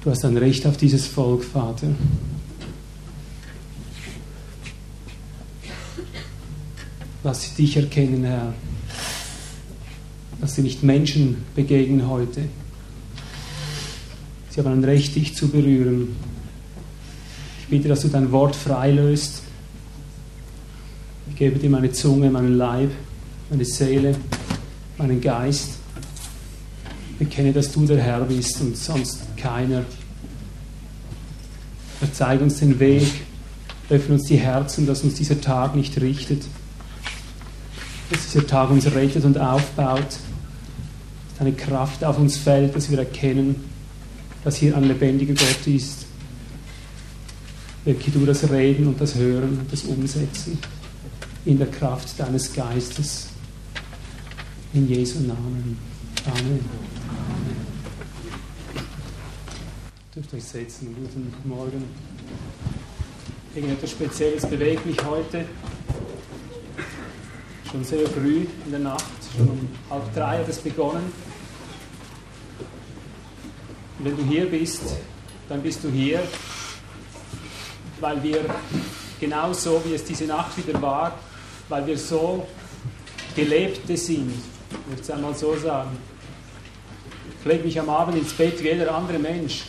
Du hast ein Recht auf dieses Volk, Vater. Lass sie dich erkennen, Herr. Lass sie nicht Menschen begegnen heute. Sie haben ein Recht, dich zu berühren. Ich bitte, dass du dein Wort freilöst. Ich gebe dir meine Zunge, meinen Leib, meine Seele, meinen Geist. Bekenne, dass du der Herr bist und sonst keiner. Zeig uns den Weg, öffne uns die Herzen, dass uns dieser Tag nicht richtet, dass dieser Tag uns rettet und aufbaut, dass deine Kraft auf uns fällt, dass wir erkennen, dass hier ein lebendiger Gott ist. Wirke du das Reden und das Hören und das Umsetzen in der Kraft deines Geistes. In Jesu Namen. Amen. Dürft euch setzen. Guten Morgen. Irgendetwas Spezielles bewegt mich heute. Schon sehr früh in der Nacht, schon um 2:30 hat es begonnen. Und wenn du hier bist, dann bist du hier, weil wir genauso wie es diese Nacht wieder war, weil wir so Gelebte sind, ich würde es einmal so sagen. Ich lege mich am Abend ins Bett wie jeder andere Mensch.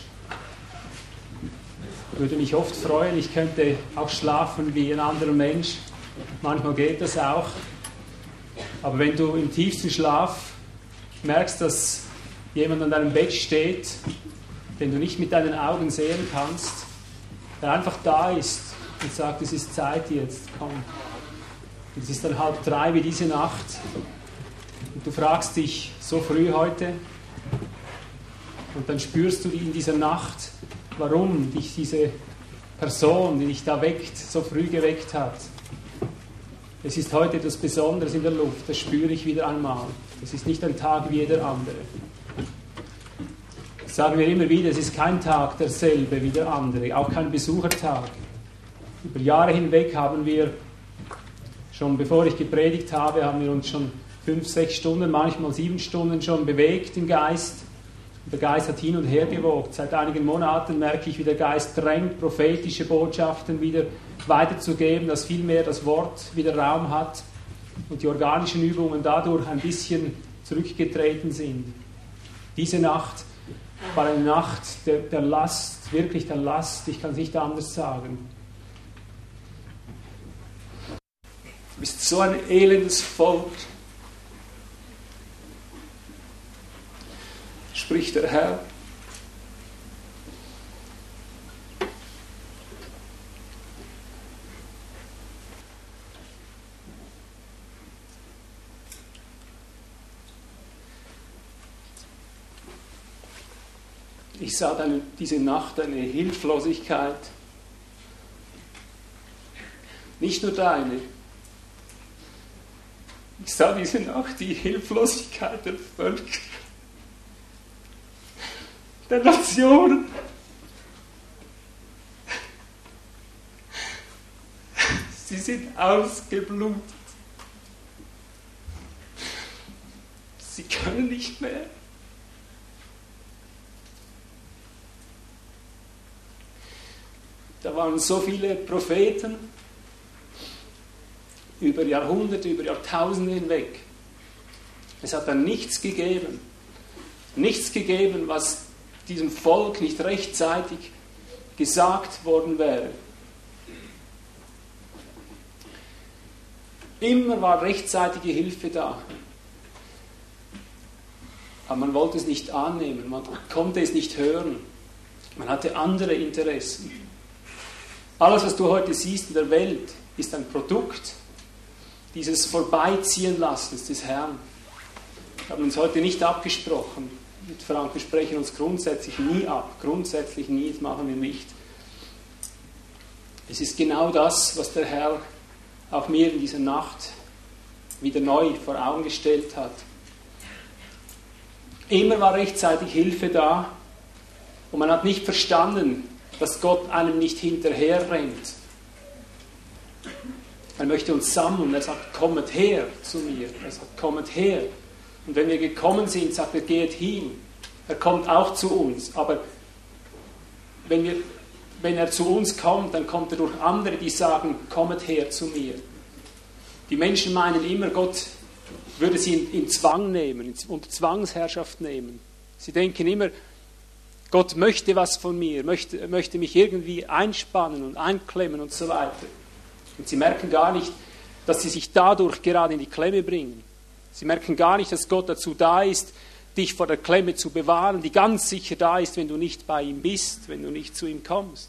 Ich würde mich oft freuen, ich könnte auch schlafen wie ein anderer Mensch. Manchmal geht das auch. Aber wenn du im tiefsten Schlaf merkst, dass jemand an deinem Bett steht, den du nicht mit deinen Augen sehen kannst, der einfach da ist und sagt, es ist Zeit jetzt, komm. Und es ist dann 2:30 wie diese Nacht. Und du fragst dich, so früh heute? Und dann spürst du in dieser Nacht, warum dich diese Person, die dich da weckt, so früh geweckt hat. Es ist heute etwas Besonderes in der Luft, das spüre ich wieder einmal. Es ist nicht ein Tag wie jeder andere. Das sagen wir immer wieder, es ist kein Tag derselbe wie der andere, auch kein Besuchertag. Über Jahre hinweg haben wir, schon bevor ich gepredigt habe, haben wir uns schon 5, 6 Stunden, manchmal 7 Stunden schon bewegt im Geist. Der Geist hat hin und her gewogt. Seit einigen Monaten merke ich, wie der Geist drängt, prophetische Botschaften wieder weiterzugeben, dass vielmehr das Wort wieder Raum hat und die organischen Übungen dadurch ein bisschen zurückgetreten sind. Diese Nacht war eine Nacht der Last, wirklich der Last, ich kann es nicht anders sagen. Du bist so ein elendes Volk, spricht der Herr. Ich sah diese Nacht eine Hilflosigkeit, nicht nur deine. Ich sah diese Nacht die Hilflosigkeit der Völker, der Nationen. Sie sind ausgeblutet. Sie können nicht mehr. Da waren so viele Propheten über Jahrhunderte, über Jahrtausende hinweg. Es hat dann nichts gegeben, was diesem Volk nicht rechtzeitig gesagt worden wäre. Immer war rechtzeitige Hilfe da. Aber man wollte es nicht annehmen, man konnte es nicht hören. Man hatte andere Interessen. Alles, was du heute siehst in der Welt, ist ein Produkt dieses Vorbeiziehen Lassens des Herrn. Wir haben uns heute nicht abgesprochen. Mit Frank, wir sprechen uns grundsätzlich nie ab. Grundsätzlich nie, das machen wir nicht. Es ist genau das, was der Herr auch mir in dieser Nacht wieder neu vor Augen gestellt hat. Immer war rechtzeitig Hilfe da und man hat nicht verstanden, dass Gott einem nicht hinterher rennt. Er möchte uns sammeln. Er sagt, kommet her zu mir. Er sagt, kommet her. Und wenn wir gekommen sind, sagt er, geht hin. Er kommt auch zu uns. Aber wenn er zu uns kommt, dann kommt er durch andere, die sagen, kommet her zu mir. Die Menschen meinen immer, Gott würde sie in Zwang nehmen, unter Zwangsherrschaft nehmen. Sie denken immer, Gott möchte was von mir, möchte mich irgendwie einspannen und einklemmen und so weiter. Und sie merken gar nicht, dass sie sich dadurch gerade in die Klemme bringen. Sie merken gar nicht, dass Gott dazu da ist, dich vor der Klemme zu bewahren, die ganz sicher da ist, wenn du nicht bei ihm bist, wenn du nicht zu ihm kommst.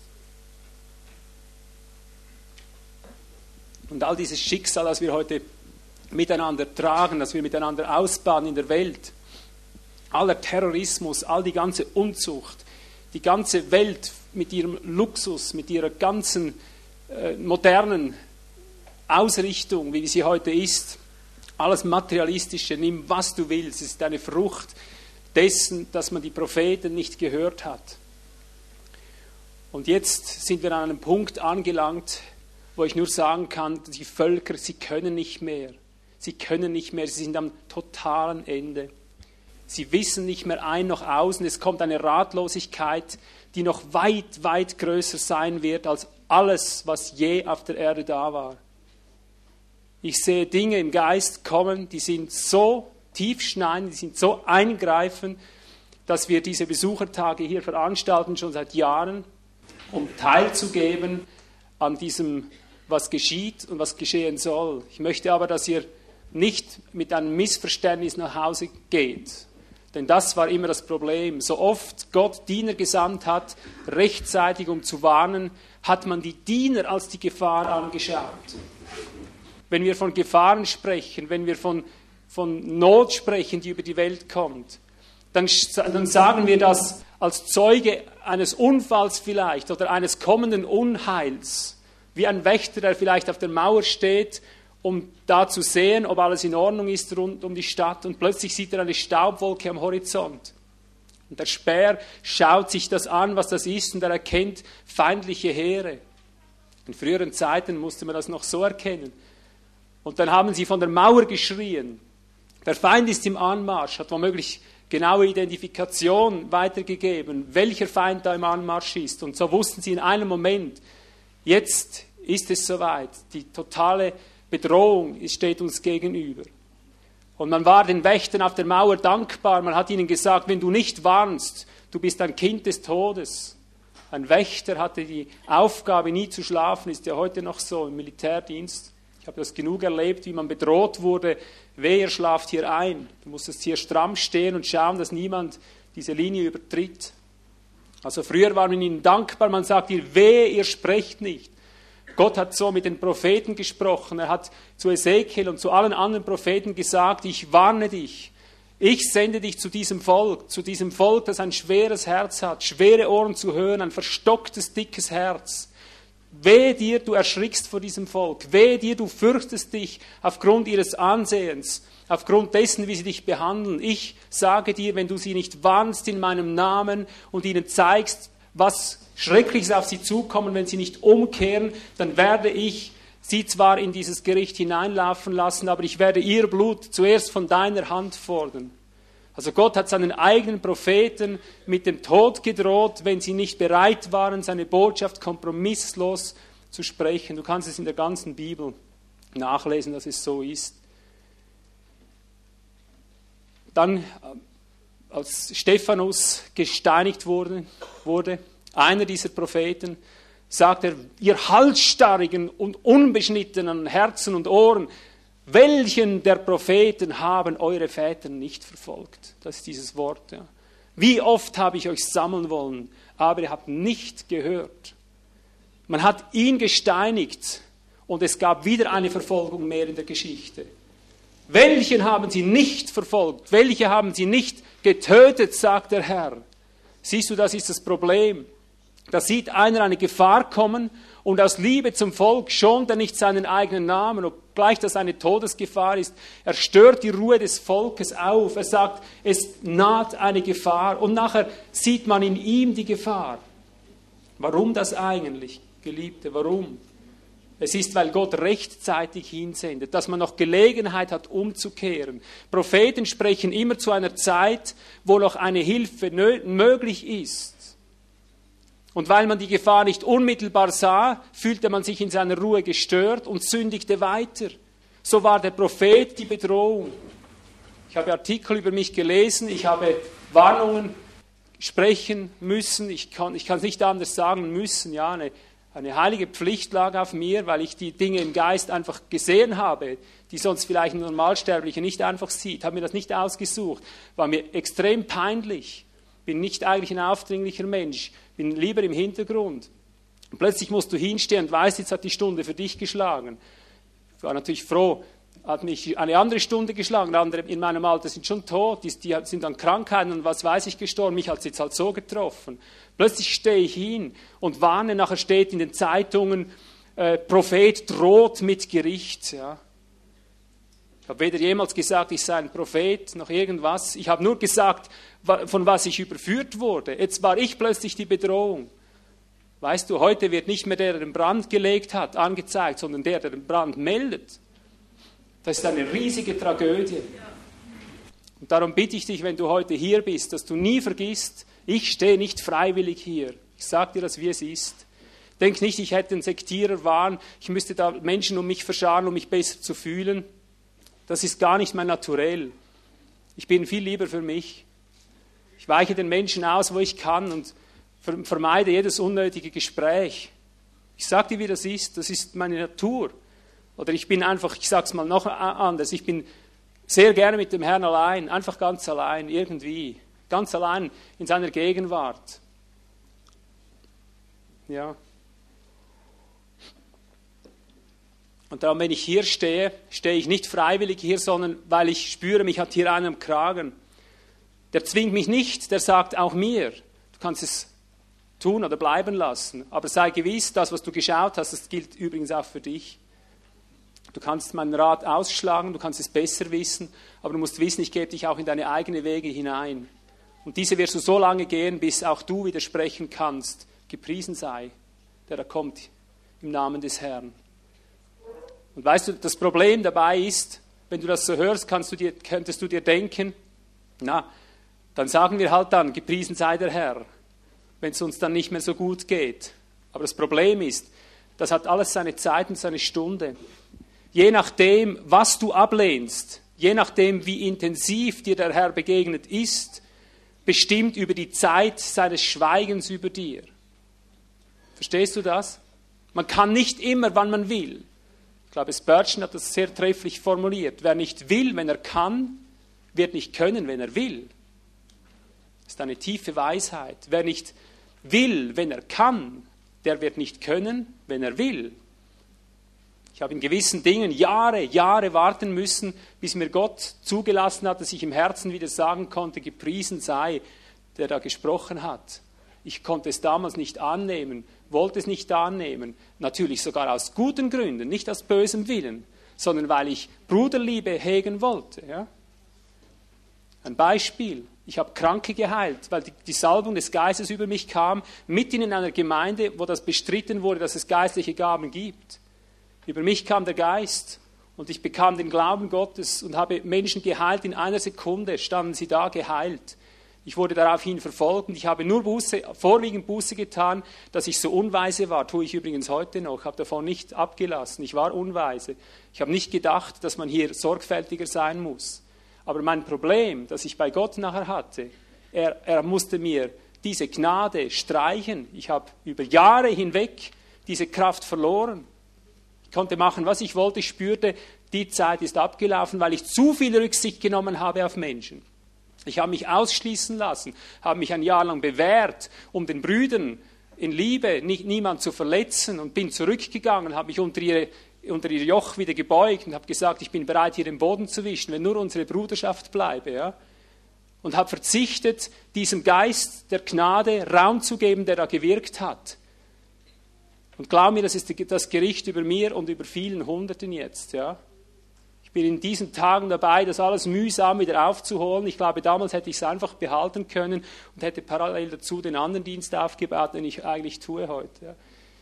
Und all dieses Schicksal, das wir heute miteinander tragen, das wir miteinander ausbaden in der Welt, aller Terrorismus, all die ganze Unzucht, die ganze Welt mit ihrem Luxus, mit ihrer ganzen modernen Ausrichtung, wie sie heute ist, alles Materialistische, nimm was du willst, es ist eine Frucht dessen, dass man die Propheten nicht gehört hat. Und jetzt sind wir an einem Punkt angelangt, wo ich nur sagen kann, die Völker, sie können nicht mehr. Sie können nicht mehr, sie sind am totalen Ende. Sie wissen nicht mehr ein noch aus und es kommt eine Ratlosigkeit, die noch weit, weit größer sein wird als alles, was je auf der Erde da war. Ich sehe Dinge im Geist kommen, die sind so tiefschneidend, die sind so eingreifend, dass wir diese Besuchertage hier veranstalten, schon seit Jahren, um teilzugeben an diesem, was geschieht und was geschehen soll. Ich möchte aber, dass ihr nicht mit einem Missverständnis nach Hause geht. Denn das war immer das Problem. So oft Gott Diener gesandt hat, rechtzeitig um zu warnen, hat man die Diener als die Gefahr angeschaut. Wenn wir von Gefahren sprechen, wenn wir von Not sprechen, die über die Welt kommt, dann sagen wir das als Zeuge eines Unfalls vielleicht oder eines kommenden Unheils. Wie ein Wächter, der vielleicht auf der Mauer steht, um da zu sehen, ob alles in Ordnung ist rund um die Stadt. Und plötzlich sieht er eine Staubwolke am Horizont. Und der Späher schaut sich das an, was das ist, und er erkennt feindliche Heere. In früheren Zeiten musste man das noch so erkennen. Und dann haben sie von der Mauer geschrien. Der Feind ist im Anmarsch, hat womöglich genaue Identifikation weitergegeben, welcher Feind da im Anmarsch ist. Und so wussten sie in einem Moment, jetzt ist es soweit, die totale Bedrohung steht uns gegenüber. Und man war den Wächtern auf der Mauer dankbar, man hat ihnen gesagt, wenn du nicht warnst, du bist ein Kind des Todes. Ein Wächter hatte die Aufgabe, nie zu schlafen, ist ja heute noch so im Militärdienst. Ich habe das genug erlebt, wie man bedroht wurde, wehe, ihr schlaft hier ein. Du musstest hier stramm stehen und schauen, dass niemand diese Linie übertritt. Also früher war man ihnen dankbar, man sagt ihr, wehe, ihr sprecht nicht. Gott hat so mit den Propheten gesprochen, er hat zu Ezekiel und zu allen anderen Propheten gesagt, ich warne dich, ich sende dich zu diesem Volk, das ein schweres Herz hat, schwere Ohren zu hören, ein verstocktes, dickes Herz. Wehe dir, du erschrickst vor diesem Volk. Wehe dir, du fürchtest dich aufgrund ihres Ansehens, aufgrund dessen, wie sie dich behandeln. Ich sage dir, wenn du sie nicht warnst in meinem Namen und ihnen zeigst, was Schreckliches auf sie zukommen, wenn sie nicht umkehren, dann werde ich sie zwar in dieses Gericht hineinlaufen lassen, aber ich werde ihr Blut zuerst von deiner Hand fordern. Also Gott hat seinen eigenen Propheten mit dem Tod gedroht, wenn sie nicht bereit waren, seine Botschaft kompromisslos zu sprechen. Du kannst es in der ganzen Bibel nachlesen, dass es so ist. Dann, als Stephanus gesteinigt wurde, einer dieser Propheten, sagt er, ihr halsstarrigen und unbeschnittenen Herzen und Ohren, welchen der Propheten haben eure Väter nicht verfolgt? Das ist dieses Wort. Ja. Wie oft habe ich euch sammeln wollen, aber ihr habt nicht gehört. Man hat ihn gesteinigt und es gab wieder eine Verfolgung mehr in der Geschichte. Welchen haben sie nicht verfolgt? Welche haben sie nicht getötet, sagt der Herr. Siehst du, das ist das Problem. Da sieht einer eine Gefahr kommen und aus Liebe zum Volk schont er nicht seinen eigenen Namen, obgleich das eine Todesgefahr ist. Er stört die Ruhe des Volkes auf. Er sagt, es naht eine Gefahr und nachher sieht man in ihm die Gefahr. Warum das eigentlich, Geliebte? Warum? Es ist, weil Gott rechtzeitig hinsendet, dass man noch Gelegenheit hat, umzukehren. Propheten sprechen immer zu einer Zeit, wo noch eine Hilfe möglich ist. Und weil man die Gefahr nicht unmittelbar sah, fühlte man sich in seiner Ruhe gestört und sündigte weiter. So war der Prophet die Bedrohung. Ich habe Artikel über mich gelesen, ich habe Warnungen sprechen müssen, ich kann es nicht anders sagen müssen, ja, eine heilige Pflicht lag auf mir, weil ich die Dinge im Geist einfach gesehen habe, die sonst vielleicht ein Normalsterblicher nicht einfach sieht. Habe mir das nicht ausgesucht, war mir extrem peinlich, bin nicht eigentlich ein aufdringlicher Mensch, bin lieber im Hintergrund. Und plötzlich musst du hinstehen und weißt, jetzt hat die Stunde für dich geschlagen. Ich war natürlich froh, hat mich eine andere Stunde geschlagen, andere in meinem Alter sind schon tot, die sind an Krankheiten und was weiß ich gestorben, mich hat es jetzt halt so getroffen. Plötzlich stehe ich hin und warne, nachher steht in den Zeitungen, Prophet droht mit Gericht. Ja. Ich habe weder jemals gesagt, ich sei ein Prophet, noch irgendwas. Ich habe nur gesagt, von was ich überführt wurde. Jetzt war ich plötzlich die Bedrohung. Weißt du, heute wird nicht mehr der den Brand gelegt hat, angezeigt, sondern der den Brand meldet. Das ist eine riesige Tragödie. Und darum bitte ich dich, wenn du heute hier bist, dass du nie vergisst, ich stehe nicht freiwillig hier. Ich sage dir das, wie es ist. Denk nicht, ich hätte einen Sektiererwahn, ich müsste da Menschen um mich verscharen, um mich besser zu fühlen. Das ist gar nicht mein Naturell. Ich bin viel lieber für mich. Ich weiche den Menschen aus, wo ich kann und vermeide jedes unnötige Gespräch. Ich sage dir, wie das ist meine Natur. Oder ich bin einfach, ich sage es mal noch anders, ich bin sehr gerne mit dem Herrn allein, einfach ganz allein, irgendwie. Ganz allein in seiner Gegenwart. Ja. Und darum, wenn ich hier stehe, stehe ich nicht freiwillig hier, sondern weil ich spüre, mich hat hier einer am Kragen. Der zwingt mich nicht, der sagt auch mir, du kannst es tun oder bleiben lassen. Aber sei gewiss, das, was du geschaut hast, das gilt übrigens auch für dich. Du kannst meinen Rat ausschlagen, du kannst es besser wissen, aber du musst wissen, ich gebe dich auch in deine eigenen Wege hinein. Und diese wirst du so lange gehen, bis auch du widersprechen kannst. Gepriesen sei, der da kommt im Namen des Herrn. Und weißt du, das Problem dabei ist, wenn du das so hörst, könntest du dir denken, na, dann sagen wir halt dann, gepriesen sei der Herr, wenn es uns dann nicht mehr so gut geht. Aber das Problem ist, das hat alles seine Zeit und seine Stunde. Je nachdem, was du ablehnst, je nachdem, wie intensiv dir der Herr begegnet ist, bestimmt über die Zeit seines Schweigens über dir. Verstehst du das? Man kann nicht immer, wann man will. Ich glaube, Spurgeon hat das sehr trefflich formuliert. Wer nicht will, wenn er kann, wird nicht können, wenn er will. Das ist eine tiefe Weisheit. Wer nicht will, wenn er kann, der wird nicht können, wenn er will. Ich habe in gewissen Dingen Jahre warten müssen, bis mir Gott zugelassen hat, dass ich im Herzen wieder sagen konnte, gepriesen sei, der da gesprochen hat. Ich konnte es damals nicht annehmen, wollte es nicht annehmen, natürlich sogar aus guten Gründen, nicht aus bösem Willen, sondern weil ich Bruderliebe hegen wollte. Ja? Ein Beispiel, ich habe Kranke geheilt, weil die Salbung des Geistes über mich kam, mitten in einer Gemeinde, wo das bestritten wurde, dass es geistliche Gaben gibt. Über mich kam der Geist und ich bekam den Glauben Gottes und habe Menschen geheilt. In einer Sekunde standen sie da geheilt. Ich wurde daraufhin verfolgt und ich habe nur vorwiegend Buße getan, dass ich so unweise war. Tue ich übrigens heute noch. Ich habe davon nicht abgelassen. Ich war unweise. Ich habe nicht gedacht, dass man hier sorgfältiger sein muss. Aber mein Problem, das ich bei Gott nachher hatte, er musste mir diese Gnade streichen. Ich habe über Jahre hinweg diese Kraft verloren. Ich konnte machen, was ich wollte. Ich spürte, die Zeit ist abgelaufen, weil ich zu viel Rücksicht genommen habe auf Menschen. Ich habe mich ausschließen lassen, habe mich ein Jahr lang bewährt, um den Brüdern in Liebe niemand zu verletzen und bin zurückgegangen, habe mich unter ihr Joch wieder gebeugt und habe gesagt, ich bin bereit, hier den Boden zu wischen, wenn nur unsere Bruderschaft bleibe. Ja? Und habe verzichtet, diesem Geist der Gnade Raum zu geben, der da gewirkt hat. Und glaub mir, das ist das Gericht über mir und über vielen Hunderten jetzt. Ja? Ich bin in diesen Tagen dabei, das alles mühsam wieder aufzuholen. Ich glaube, damals hätte ich es einfach behalten können und hätte parallel dazu den anderen Dienst aufgebaut, den ich eigentlich tue heute. Ja.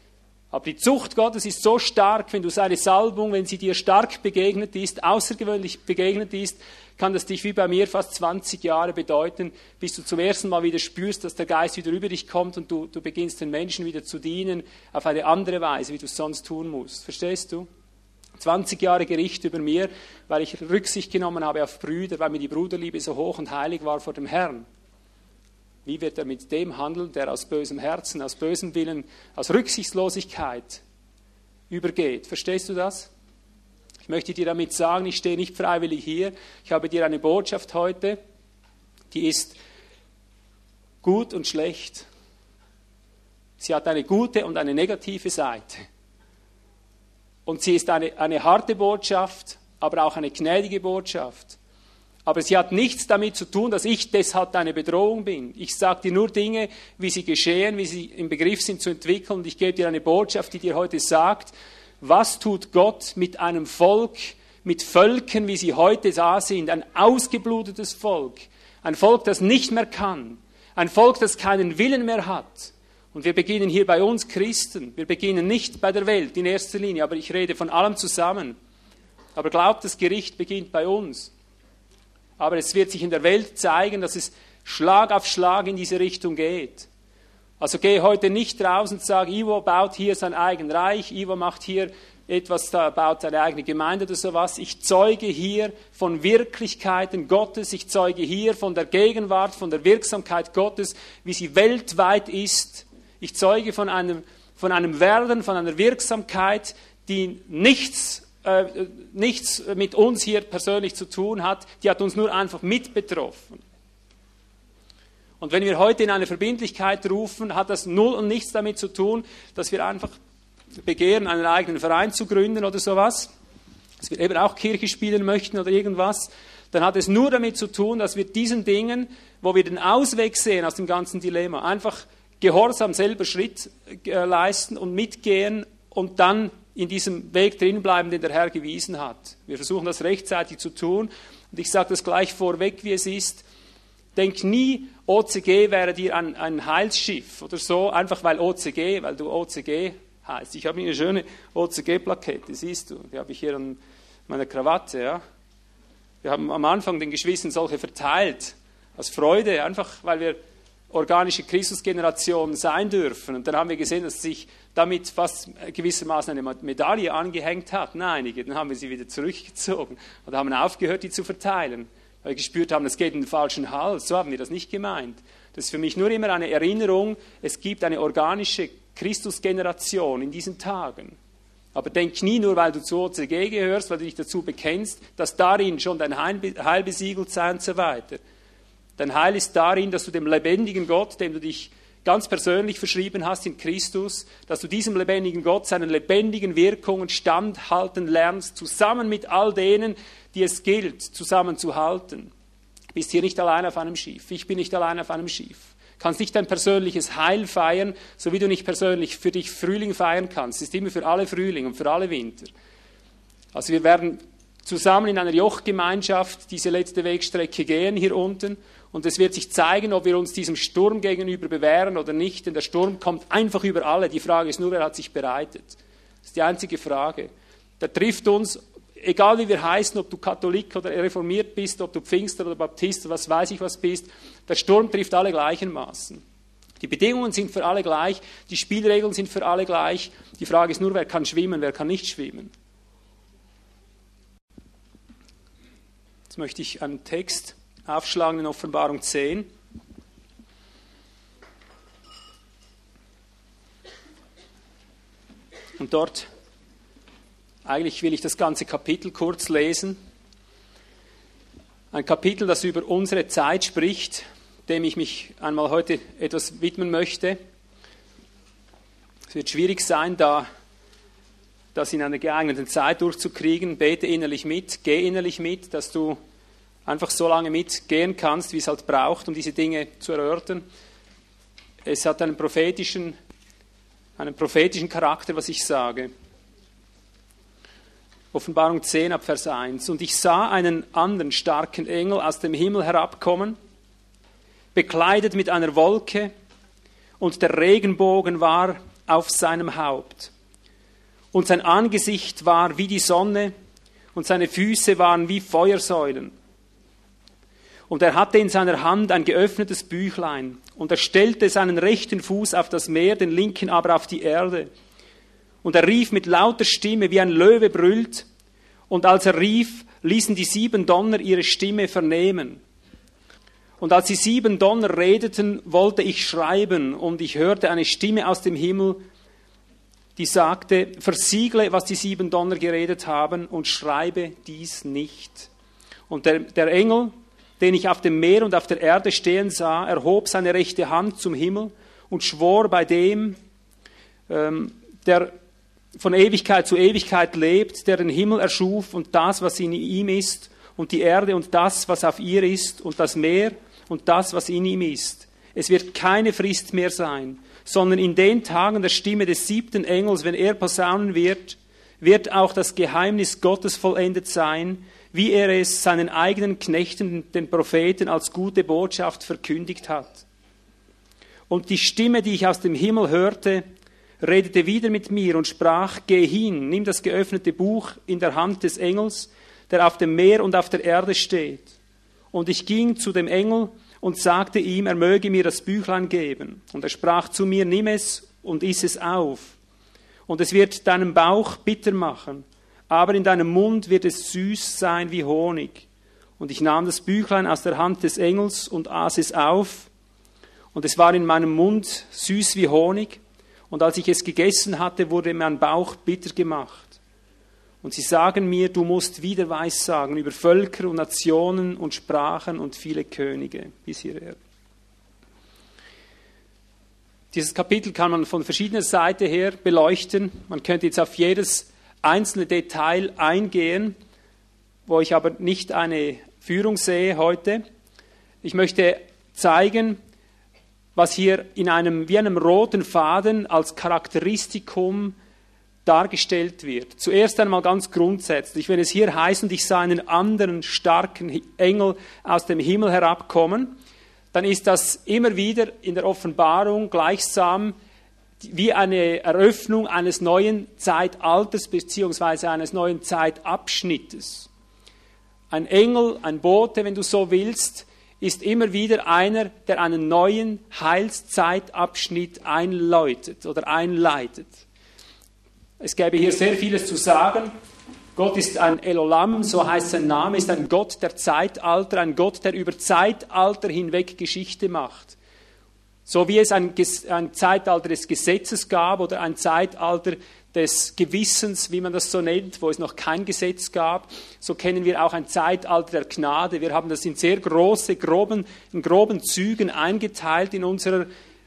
Aber die Zucht Gottes ist so stark, wenn du seine Salbung, wenn sie dir stark begegnet ist, außergewöhnlich begegnet ist, kann das dich wie bei mir fast 20 Jahre bedeuten, bis du zum ersten Mal wieder spürst, dass der Geist wieder über dich kommt und du beginnst den Menschen wieder zu dienen auf eine andere Weise, wie du es sonst tun musst. Verstehst du? 20 Jahre Gericht über mir, weil ich Rücksicht genommen habe auf Brüder, weil mir die Bruderliebe so hoch und heilig war vor dem Herrn. Wie wird er mit dem handeln, der aus bösem Herzen, aus bösem Willen, aus Rücksichtslosigkeit übergeht? Verstehst du das? Ich möchte dir damit sagen, ich stehe nicht freiwillig hier. Ich habe dir eine Botschaft heute, die ist gut und schlecht. Sie hat eine gute und eine negative Seite. Und sie ist eine harte Botschaft, aber auch eine gnädige Botschaft. Aber sie hat nichts damit zu tun, dass ich deshalb eine Bedrohung bin. Ich sage dir nur Dinge, wie sie geschehen, wie sie im Begriff sind zu entwickeln. Und ich gebe dir eine Botschaft, die dir heute sagt, was tut Gott mit einem Volk, mit Völkern, wie sie heute da sind. Ein ausgeblutetes Volk. Ein Volk, das nicht mehr kann. Ein Volk, das keinen Willen mehr hat. Und wir beginnen hier bei uns Christen. Wir beginnen nicht bei der Welt in erster Linie, aber ich rede von allem zusammen. Aber glaubt, das Gericht beginnt bei uns. Aber es wird sich in der Welt zeigen, dass es Schlag auf Schlag in diese Richtung geht. Also gehe heute nicht raus und sage, Ivo baut hier sein eigenes Reich, Ivo macht hier etwas, baut seine eigene Gemeinde oder sowas. Ich zeuge hier von Wirklichkeiten Gottes, ich zeuge hier von der Gegenwart, von der Wirksamkeit Gottes, wie sie weltweit ist. Ich zeuge von einem Werden, von einer Wirksamkeit, die nichts mit uns hier persönlich zu tun hat, die hat uns nur einfach mit betroffen. Und wenn wir heute in eine Verbindlichkeit rufen, hat das null und nichts damit zu tun, dass wir einfach begehren, einen eigenen Verein zu gründen oder sowas, dass wir eben auch Kirche spielen möchten oder irgendwas, dann hat es nur damit zu tun, dass wir diesen Dingen, wo wir den Ausweg sehen aus dem ganzen Dilemma, einfach gehorsam selber Schritt leisten und mitgehen und dann in diesem Weg drin bleiben, den der Herr gewiesen hat. Wir versuchen das rechtzeitig zu tun. Und ich sage das gleich vorweg, wie es ist. Denk nie, OCG wäre dir ein Heilsschiff oder so, einfach weil du OCG heißt. Ich habe hier eine schöne OCG-Plakette, siehst du. Die habe ich hier an meiner Krawatte. Ja. Wir haben am Anfang den Geschwistern solche verteilt, aus Freude, einfach weil wir organische Christusgeneration sein dürfen. Und dann haben wir gesehen, dass sich damit fast gewissermaßen eine Medaille angehängt hat. Einige, dann haben wir sie wieder zurückgezogen oder haben aufgehört, die zu verteilen, weil wir gespürt haben, das geht in den falschen Hals. So haben wir das nicht gemeint. Das ist für mich nur immer eine Erinnerung, es gibt eine organische Christusgeneration in diesen Tagen. Aber denk nie, nur weil du zu OCG gehörst, weil du dich dazu bekennst, dass darin schon dein Heil besiegelt sei und so weiter. Dein Heil ist darin, dass du dem lebendigen Gott, dem du dich ganz persönlich verschrieben hast in Christus, dass du diesem lebendigen Gott seinen lebendigen Wirkungen standhalten lernst, zusammen mit all denen, die es gilt, zusammenzuhalten. Du bist hier nicht allein auf einem Schiff. Ich bin nicht allein auf einem Schiff. Du kannst nicht dein persönliches Heil feiern, so wie du nicht persönlich für dich Frühling feiern kannst. Es ist immer für alle Frühling und für alle Winter. Also wir werden zusammen in einer Jochgemeinschaft diese letzte Wegstrecke gehen hier unten. Und es wird sich zeigen, ob wir uns diesem Sturm gegenüber bewähren oder nicht. Denn der Sturm kommt einfach über alle. Die Frage ist nur, wer hat sich bereitet. Das ist die einzige Frage. Der trifft uns, egal wie wir heißen, ob du Katholik oder reformiert bist, ob du Pfingster oder Baptist oder was weiß ich was bist. Der Sturm trifft alle gleichermaßen. Die Bedingungen sind für alle gleich, die Spielregeln sind für alle gleich. Die Frage ist nur, wer kann schwimmen, wer kann nicht schwimmen. Jetzt möchte ich einen Text aufschlagen in Offenbarung 10. Und dort, eigentlich will ich das ganze Kapitel kurz lesen. Ein Kapitel, das über unsere Zeit spricht, dem ich mich einmal heute etwas widmen möchte. Es wird schwierig sein, das in einer geeigneten Zeit durchzukriegen. Bete innerlich mit, geh innerlich mit, dass du einfach so lange mitgehen kannst, wie es halt braucht, um diese Dinge zu erörtern. Es hat einen prophetischen Charakter, was ich sage. Offenbarung 10 ab Vers 1. Und ich sah einen anderen starken Engel aus dem Himmel herabkommen, bekleidet mit einer Wolke, und der Regenbogen war auf seinem Haupt. und sein Angesicht war wie die Sonne und seine Füße waren wie Feuersäulen. Und er hatte in seiner Hand ein geöffnetes Büchlein und er stellte seinen rechten Fuß auf das Meer, den linken aber auf die Erde. Und er rief mit lauter Stimme, wie ein Löwe brüllt. Und als er rief, ließen die 7 Donner ihre Stimme vernehmen. Und als die 7 Donner redeten, wollte ich schreiben, und ich hörte eine Stimme aus dem Himmel, die sagte, versiegle, was die 7 Donner geredet haben, und schreibe dies nicht. Und der Engel, den ich auf dem Meer und auf der Erde stehen sah, erhob seine rechte Hand zum Himmel und schwor bei dem, der von Ewigkeit zu Ewigkeit lebt, der den Himmel erschuf und das, was in ihm ist, und die Erde und das, was auf ihr ist, und das Meer und das, was in ihm ist. Es wird keine Frist mehr sein, sondern in den Tagen der Stimme des 7. Engels, wenn er posaunen wird, wird auch das Geheimnis Gottes vollendet sein, wie er es seinen eigenen Knechten, den Propheten, als gute Botschaft verkündigt hat. Und die Stimme, die ich aus dem Himmel hörte, redete wieder mit mir und sprach, geh hin, nimm das geöffnete Buch in der Hand des Engels, der auf dem Meer und auf der Erde steht. Und ich ging zu dem Engel und sagte ihm, er möge mir das Büchlein geben. Und er sprach zu mir, nimm es und iss es auf. Und es wird deinen Bauch bitter machen, aber in deinem Mund wird es süß sein wie Honig. Und ich nahm das Büchlein aus der Hand des Engels und aß es auf. Und es war in meinem Mund süß wie Honig. Und als ich es gegessen hatte, wurde mein Bauch bitter gemacht. Und sie sagen mir, du musst wieder Weissagen über Völker und Nationen und Sprachen und viele Könige bis hierher. Dieses Kapitel kann man von verschiedener Seite her beleuchten. Man könnte jetzt auf jedes einzelne Detail eingehen, wo ich aber nicht eine Führung sehe heute. Ich möchte zeigen, was hier wie einem roten Faden als Charakteristikum dargestellt wird. Zuerst einmal ganz grundsätzlich, wenn es hier heißt, und ich sah einen anderen starken Engel aus dem Himmel herabkommen, dann ist das immer wieder in der Offenbarung gleichsam wie eine Eröffnung eines neuen Zeitalters bzw. eines neuen Zeitabschnittes. Ein Engel, ein Bote, wenn du so willst, ist immer wieder einer, der einen neuen Heilszeitabschnitt einläutet oder einleitet. Es gäbe hier sehr vieles zu sagen. Gott ist ein El-Olam, so heißt sein Name, ist ein Gott der Zeitalter, ein Gott, der über Zeitalter hinweg Geschichte macht. So wie es ein Zeitalter des Gesetzes gab oder ein Zeitalter des Gewissens, wie man das so nennt, wo es noch kein Gesetz gab, so kennen wir auch ein Zeitalter der Gnade. Wir haben das in sehr in groben Zügen eingeteilt in unserer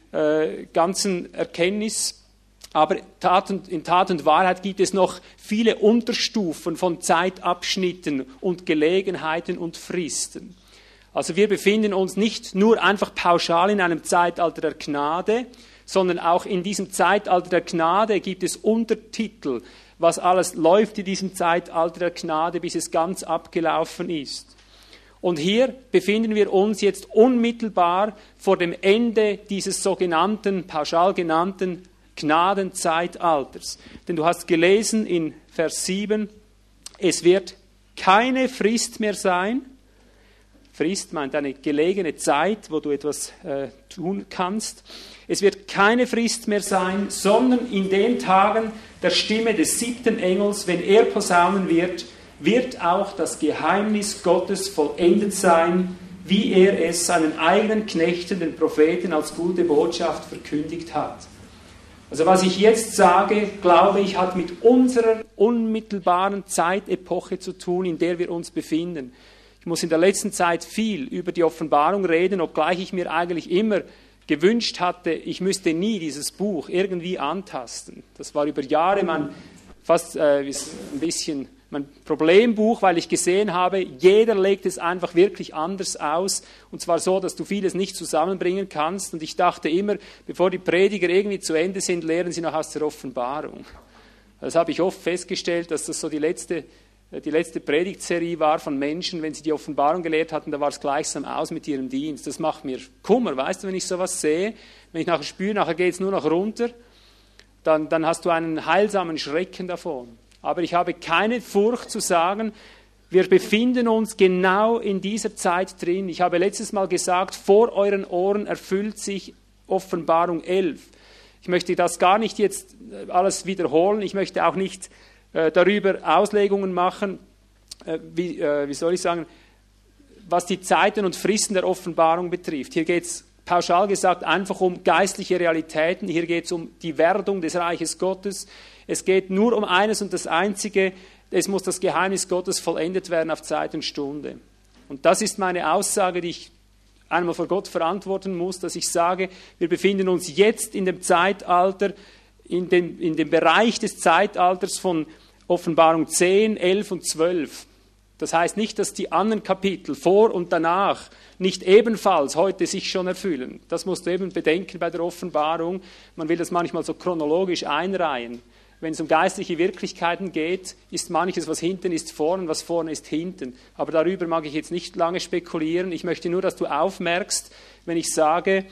ganzen Erkenntnis. Aber in Tat und Wahrheit gibt es noch viele Unterstufen von Zeitabschnitten und Gelegenheiten und Fristen. Also wir befinden uns nicht nur einfach pauschal in einem Zeitalter der Gnade, sondern auch in diesem Zeitalter der Gnade gibt es Untertitel, was alles läuft in diesem Zeitalter der Gnade, bis es ganz abgelaufen ist. Und hier befinden wir uns jetzt unmittelbar vor dem Ende dieses sogenannten, pauschal genannten Gnadenzeitalters. Denn du hast gelesen in Vers 7, es wird keine Frist mehr sein. Frist meint eine gelegene Zeit, wo du etwas tun kannst. Es wird keine Frist mehr sein, sondern in den Tagen der Stimme des 7. Engels, wenn er posaunen wird, wird auch das Geheimnis Gottes vollendet sein, wie er es seinen eigenen Knechten, den Propheten, als gute Botschaft verkündigt hat. Also was ich jetzt sage, glaube ich, hat mit unserer unmittelbaren Zeitepoche zu tun, in der wir uns befinden. Ich muss in der letzten Zeit viel über die Offenbarung reden, obgleich ich mir eigentlich immer gewünscht hatte, ich müsste nie dieses Buch irgendwie antasten. Das war über Jahre mein Problembuch, weil ich gesehen habe, jeder legt es einfach wirklich anders aus. Und zwar so, dass du vieles nicht zusammenbringen kannst. Und ich dachte immer, bevor die Prediger irgendwie zu Ende sind, lehren sie noch aus der Offenbarung. Das habe ich oft festgestellt, dass das so die letzte Predigtserie war von Menschen, wenn sie die Offenbarung gelehrt hatten, da war es gleichsam aus mit ihrem Dienst. Das macht mir Kummer, weißt du, wenn ich sowas sehe, wenn ich nachher spüre, nachher geht es nur noch runter. dann hast du einen heilsamen Schrecken davon. Aber ich habe keine Furcht zu sagen, wir befinden uns genau in dieser Zeit drin. Ich habe letztes Mal gesagt, vor euren Ohren erfüllt sich Offenbarung 11. Ich möchte das gar nicht jetzt alles wiederholen. Ich möchte auch nicht darüber Auslegungen machen, wie soll ich sagen, was die Zeiten und Fristen der Offenbarung betrifft. Hier geht es pauschal gesagt einfach um geistliche Realitäten. Hier geht es um die Werdung des Reiches Gottes. Es geht nur um eines und das Einzige, es muss das Geheimnis Gottes vollendet werden auf Zeit und Stunde. Und das ist meine Aussage, die ich einmal vor Gott verantworten muss, dass ich sage, wir befinden uns jetzt in dem Zeitalter, in dem Bereich des Zeitalters von Offenbarung 10, 11 und 12. Das heißt nicht, dass die anderen Kapitel vor und danach nicht ebenfalls heute sich schon erfüllen. Das musst du eben bedenken bei der Offenbarung. Man will das manchmal so chronologisch einreihen. Wenn es um geistliche Wirklichkeiten geht, ist manches, was hinten ist, vorne, was vorne ist, hinten. Aber darüber mag ich jetzt nicht lange spekulieren. Ich möchte nur, dass du aufmerkst, wenn ich sage,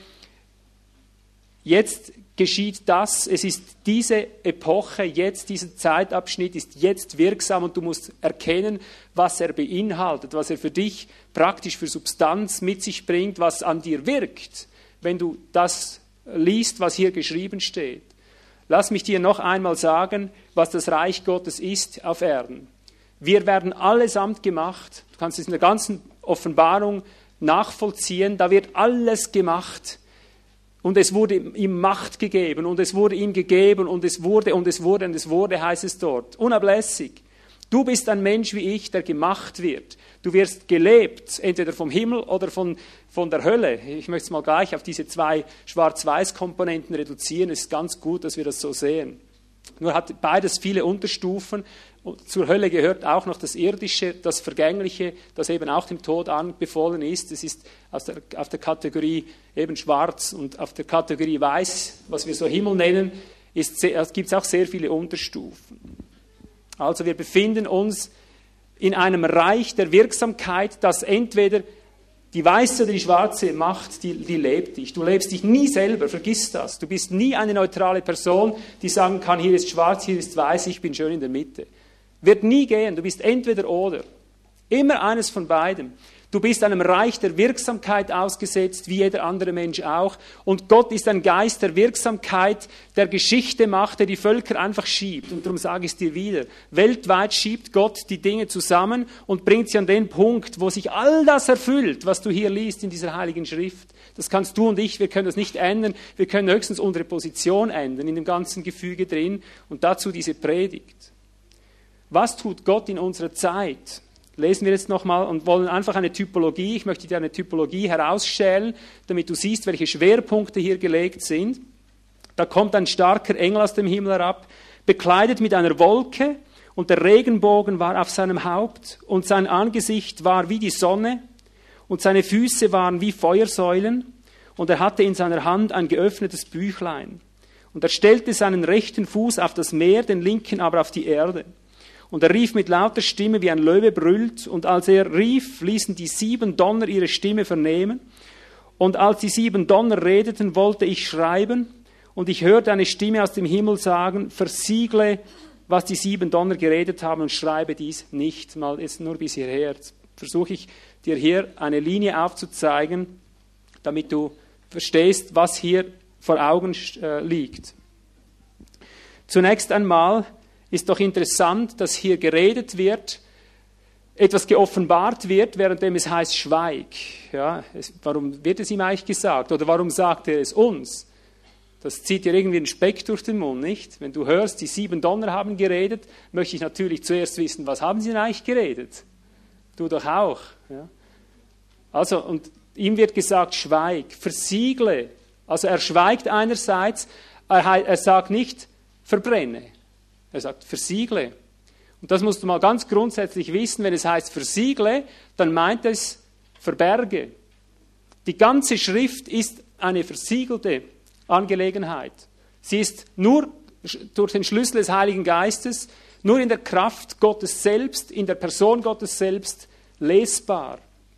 jetzt geschieht das, es ist diese Epoche, jetzt dieser Zeitabschnitt ist jetzt wirksam und du musst erkennen, was er beinhaltet, was er für dich praktisch für Substanz mit sich bringt, was an dir wirkt, wenn du das liest, was hier geschrieben steht. Lass mich dir noch einmal sagen, was das Reich Gottes ist auf Erden. Wir werden allesamt gemacht, du kannst es in der ganzen Offenbarung nachvollziehen, da wird alles gemacht. Und es wurde ihm Macht gegeben und es wurde ihm gegeben und es wurde und es wurde und es wurde, heißt es dort. Unablässig. Du bist ein Mensch wie ich, der gemacht wird. Du wirst gelebt, entweder vom Himmel oder von der Hölle. Ich möchte es mal gleich auf diese zwei Schwarz-Weiß-Komponenten reduzieren. Es ist ganz gut, dass wir das so sehen. Nur hat beides viele Unterstufen. Zur Hölle gehört auch noch das Irdische, das Vergängliche, das eben auch dem Tod anbefohlen ist. Es ist auf der Kategorie eben schwarz und auf der Kategorie weiß, was wir so Himmel nennen, gibt es auch sehr viele Unterstufen. Also wir befinden uns in einem Reich der Wirksamkeit, das entweder die weiße oder die schwarze Macht, die lebt dich. Du lebst dich nie selber, vergiss das. Du bist nie eine neutrale Person, die sagen kann, hier ist schwarz, hier ist weiß, ich bin schön in der Mitte. Wird nie gehen, du bist entweder oder. Immer eines von beidem. Du bist einem Reich der Wirksamkeit ausgesetzt, wie jeder andere Mensch auch. Und Gott ist ein Geist der Wirksamkeit, der Geschichte macht, der die Völker einfach schiebt. Und darum sage ich es dir wieder. Weltweit schiebt Gott die Dinge zusammen und bringt sie an den Punkt, wo sich all das erfüllt, was du hier liest in dieser Heiligen Schrift. Das kannst du und ich, wir können das nicht ändern. Wir können höchstens unsere Position ändern in dem ganzen Gefüge drin. Und dazu diese Predigt. Was tut Gott in unserer Zeit? Lesen wir jetzt nochmal und wollen einfach eine Typologie, ich möchte dir eine Typologie herausschälen, damit du siehst, welche Schwerpunkte hier gelegt sind. Da kommt ein starker Engel aus dem Himmel herab, bekleidet mit einer Wolke, und der Regenbogen war auf seinem Haupt, und sein Angesicht war wie die Sonne, und seine Füße waren wie Feuersäulen, und er hatte in seiner Hand ein geöffnetes Büchlein. Und er stellte seinen rechten Fuß auf das Meer, den linken aber auf die Erde. Und er rief mit lauter Stimme, wie ein Löwe brüllt. Und als er rief, ließen die 7 Donner ihre Stimme vernehmen. Und als die 7 Donner redeten, wollte ich schreiben. Und ich hörte eine Stimme aus dem Himmel sagen, versiegle, was die 7 Donner geredet haben und schreibe dies nicht. Mal jetzt nur bis hierher. Jetzt versuche ich dir hier eine Linie aufzuzeigen, damit du verstehst, was hier vor Augen liegt. Zunächst einmal ist doch interessant, dass hier geredet wird, etwas geoffenbart wird, währenddem es heißt, schweig. Ja, warum wird es ihm eigentlich gesagt? Oder warum sagt er es uns? Das zieht dir irgendwie einen Speck durch den Mund, nicht? Wenn du hörst, die 7 Donner haben geredet, möchte ich natürlich zuerst wissen, was haben sie denn eigentlich geredet? Du doch auch. Ja? Also, und ihm wird gesagt, schweig, versiegle. Also er schweigt einerseits, er sagt nicht, verbrenne. Er sagt, versiegle. Und das musst du mal ganz grundsätzlich wissen, wenn es heißt versiegle, dann meint es verberge. Die ganze Schrift ist eine versiegelte Angelegenheit. Sie ist nur durch den Schlüssel des Heiligen Geistes, nur in der Kraft Gottes selbst, in der Person Gottes selbst lesbar.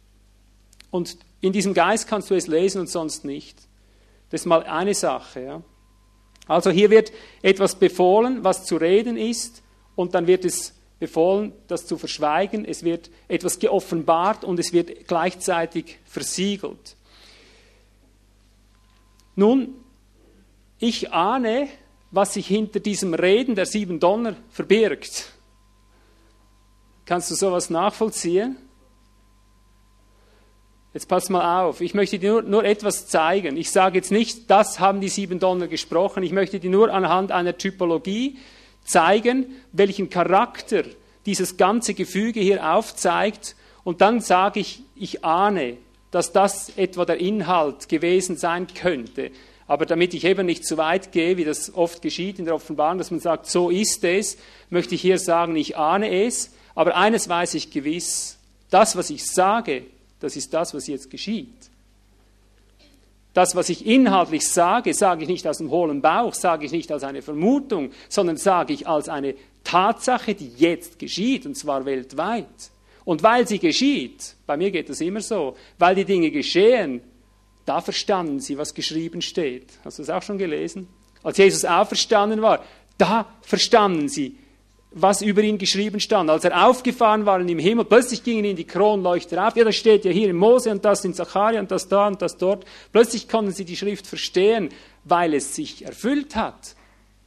Und in diesem Geist kannst du es lesen und sonst nicht. Das ist mal eine Sache. Ja. Also hier wird etwas befohlen, was zu reden ist, und dann wird es befohlen, das zu verschweigen. Es wird etwas geoffenbart und es wird gleichzeitig versiegelt. Nun, ich ahne, was sich hinter diesem Reden der 7 Donner verbirgt. Kannst du sowas nachvollziehen? Jetzt pass mal auf, ich möchte dir nur etwas zeigen. Ich sage jetzt nicht, das haben die 7 Donner gesprochen. Ich möchte dir nur anhand einer Typologie zeigen, welchen Charakter dieses ganze Gefüge hier aufzeigt. Und dann sage ich, ich ahne, dass das etwa der Inhalt gewesen sein könnte. Aber damit ich eben nicht zu weit gehe, wie das oft geschieht in der Offenbarung, dass man sagt, so ist es, möchte ich hier sagen, ich ahne es. Aber eines weiß ich gewiss, das, was ich sage, das ist das, was jetzt geschieht. Das, was ich inhaltlich sage, sage ich nicht aus dem hohlen Bauch, sage ich nicht als eine Vermutung, sondern sage ich als eine Tatsache, die jetzt geschieht, und zwar weltweit. Und weil sie geschieht, bei mir geht das immer so, weil die Dinge geschehen, da verstanden sie, was geschrieben steht. Hast du das auch schon gelesen? Als Jesus auferstanden war, da verstanden sie, was über ihn geschrieben stand. Als er aufgefahren war im Himmel, plötzlich gingen ihnen die Kronleuchter auf. Ja, das steht ja hier in Mose und das in Zacharia und das da und das dort. Plötzlich konnten sie die Schrift verstehen, weil es sich erfüllt hat.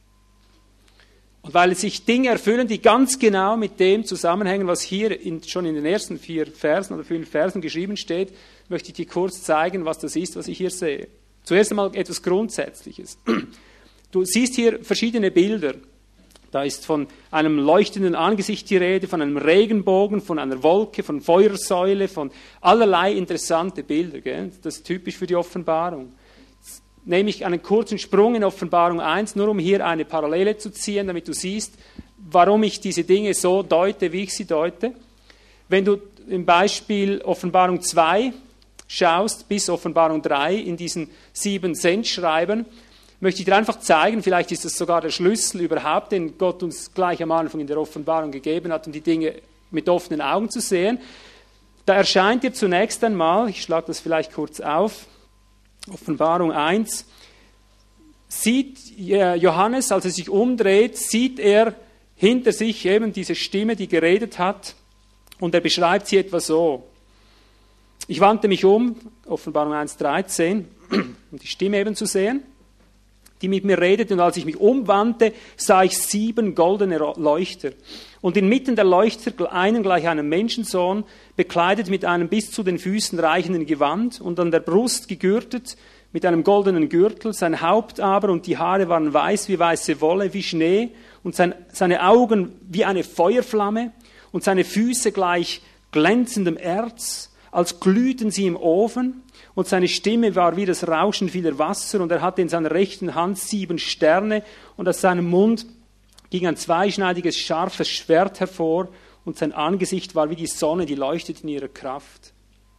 Und weil es sich Dinge erfüllen, die ganz genau mit dem zusammenhängen, was hier schon in den ersten 4 Versen oder 5 Versen geschrieben steht, möchte ich dir kurz zeigen, was das ist, was ich hier sehe. Zuerst einmal etwas Grundsätzliches. Du siehst hier verschiedene Bilder. Da ist von einem leuchtenden Angesicht die Rede, von einem Regenbogen, von einer Wolke, von Feuersäule, von allerlei interessante Bilder. Gell? Das ist typisch für die Offenbarung. Jetzt nehme ich einen kurzen Sprung in Offenbarung 1, nur um hier eine Parallele zu ziehen, damit du siehst, warum ich diese Dinge so deute, wie ich sie deute. Wenn du im Beispiel Offenbarung 2 schaust, bis Offenbarung 3 in diesen 7 Sendschreiben, möchte ich dir einfach zeigen, vielleicht ist das sogar der Schlüssel überhaupt, den Gott uns gleich am Anfang in der Offenbarung gegeben hat, um die Dinge mit offenen Augen zu sehen. Da erscheint dir zunächst einmal, ich schlage das vielleicht kurz auf, Offenbarung 1, sieht Johannes, als er sich umdreht, sieht er hinter sich eben diese Stimme, die geredet hat, und er beschreibt sie etwa so. Ich wandte mich um, Offenbarung 1,13, um die Stimme eben zu sehen, die mit mir redete, und als ich mich umwandte, sah ich 7 goldene Leuchter. Und inmitten der Leuchter einen gleich einem Menschensohn, bekleidet mit einem bis zu den Füßen reichenden Gewand und an der Brust gegürtet mit einem goldenen Gürtel, sein Haupt aber und die Haare waren weiß wie weiße Wolle, wie Schnee, und seine Augen wie eine Feuerflamme und seine Füße gleich glänzendem Erz, als glühten sie im Ofen. Und seine Stimme war wie das Rauschen vieler Wasser, und er hatte in seiner rechten Hand 7 Sterne, und aus seinem Mund ging ein zweischneidiges, scharfes Schwert hervor, und sein Angesicht war wie die Sonne, die leuchtet in ihrer Kraft.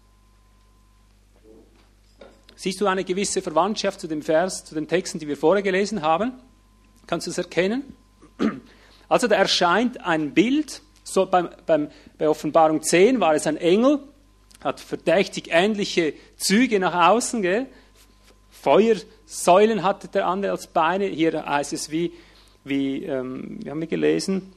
Siehst du eine gewisse Verwandtschaft zu dem Vers, zu den Texten, die wir vorher gelesen haben? Kannst du es erkennen? Also da erscheint ein Bild, so bei Offenbarung 10 war es ein Engel, hat verdächtig ähnliche Züge nach außen, gell? Feuersäulen hatte der andere als Beine. Hier heißt es wie haben wir gelesen?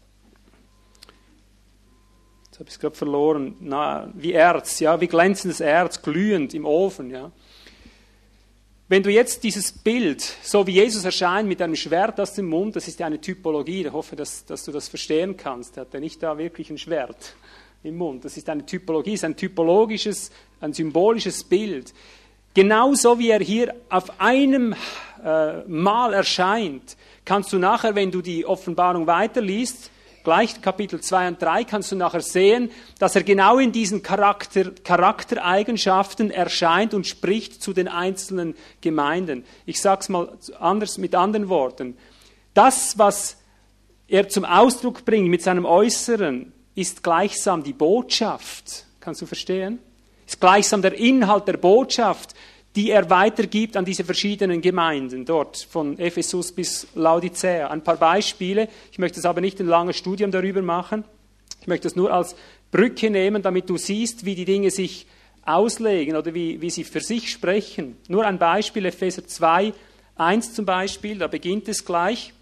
Jetzt habe ich es gerade verloren. Wie Erz, ja, wie glänzendes Erz, glühend im Ofen, ja. Wenn du jetzt dieses Bild, so wie Jesus erscheint mit einem Schwert aus dem Mund, das ist ja eine Typologie, ich hoffe, dass du das verstehen kannst. Er hat ja nicht da wirklich ein Schwert im Mund. Das ist eine Typologie, ist ein typologisches, ein symbolisches Bild. Genauso wie er hier auf einem Mal erscheint, kannst du nachher, wenn du die Offenbarung weiterliest, gleich Kapitel 2 und 3, kannst du nachher sehen, dass er genau in diesen Charaktereigenschaften erscheint und spricht zu den einzelnen Gemeinden. Ich sage es mal anders, mit anderen Worten. Das, was er zum Ausdruck bringt mit seinem Äußeren, ist gleichsam die Botschaft. Kannst du verstehen? Ist gleichsam der Inhalt der Botschaft, die er weitergibt an diese verschiedenen Gemeinden, dort von Ephesus bis Laodicea. Ein paar Beispiele, ich möchte es aber nicht ein langes Studium darüber machen, ich möchte es nur als Brücke nehmen, damit du siehst, wie die Dinge sich auslegen oder wie sie für sich sprechen. Nur ein Beispiel, Epheser 2, 1 zum Beispiel, da beginnt es gleich.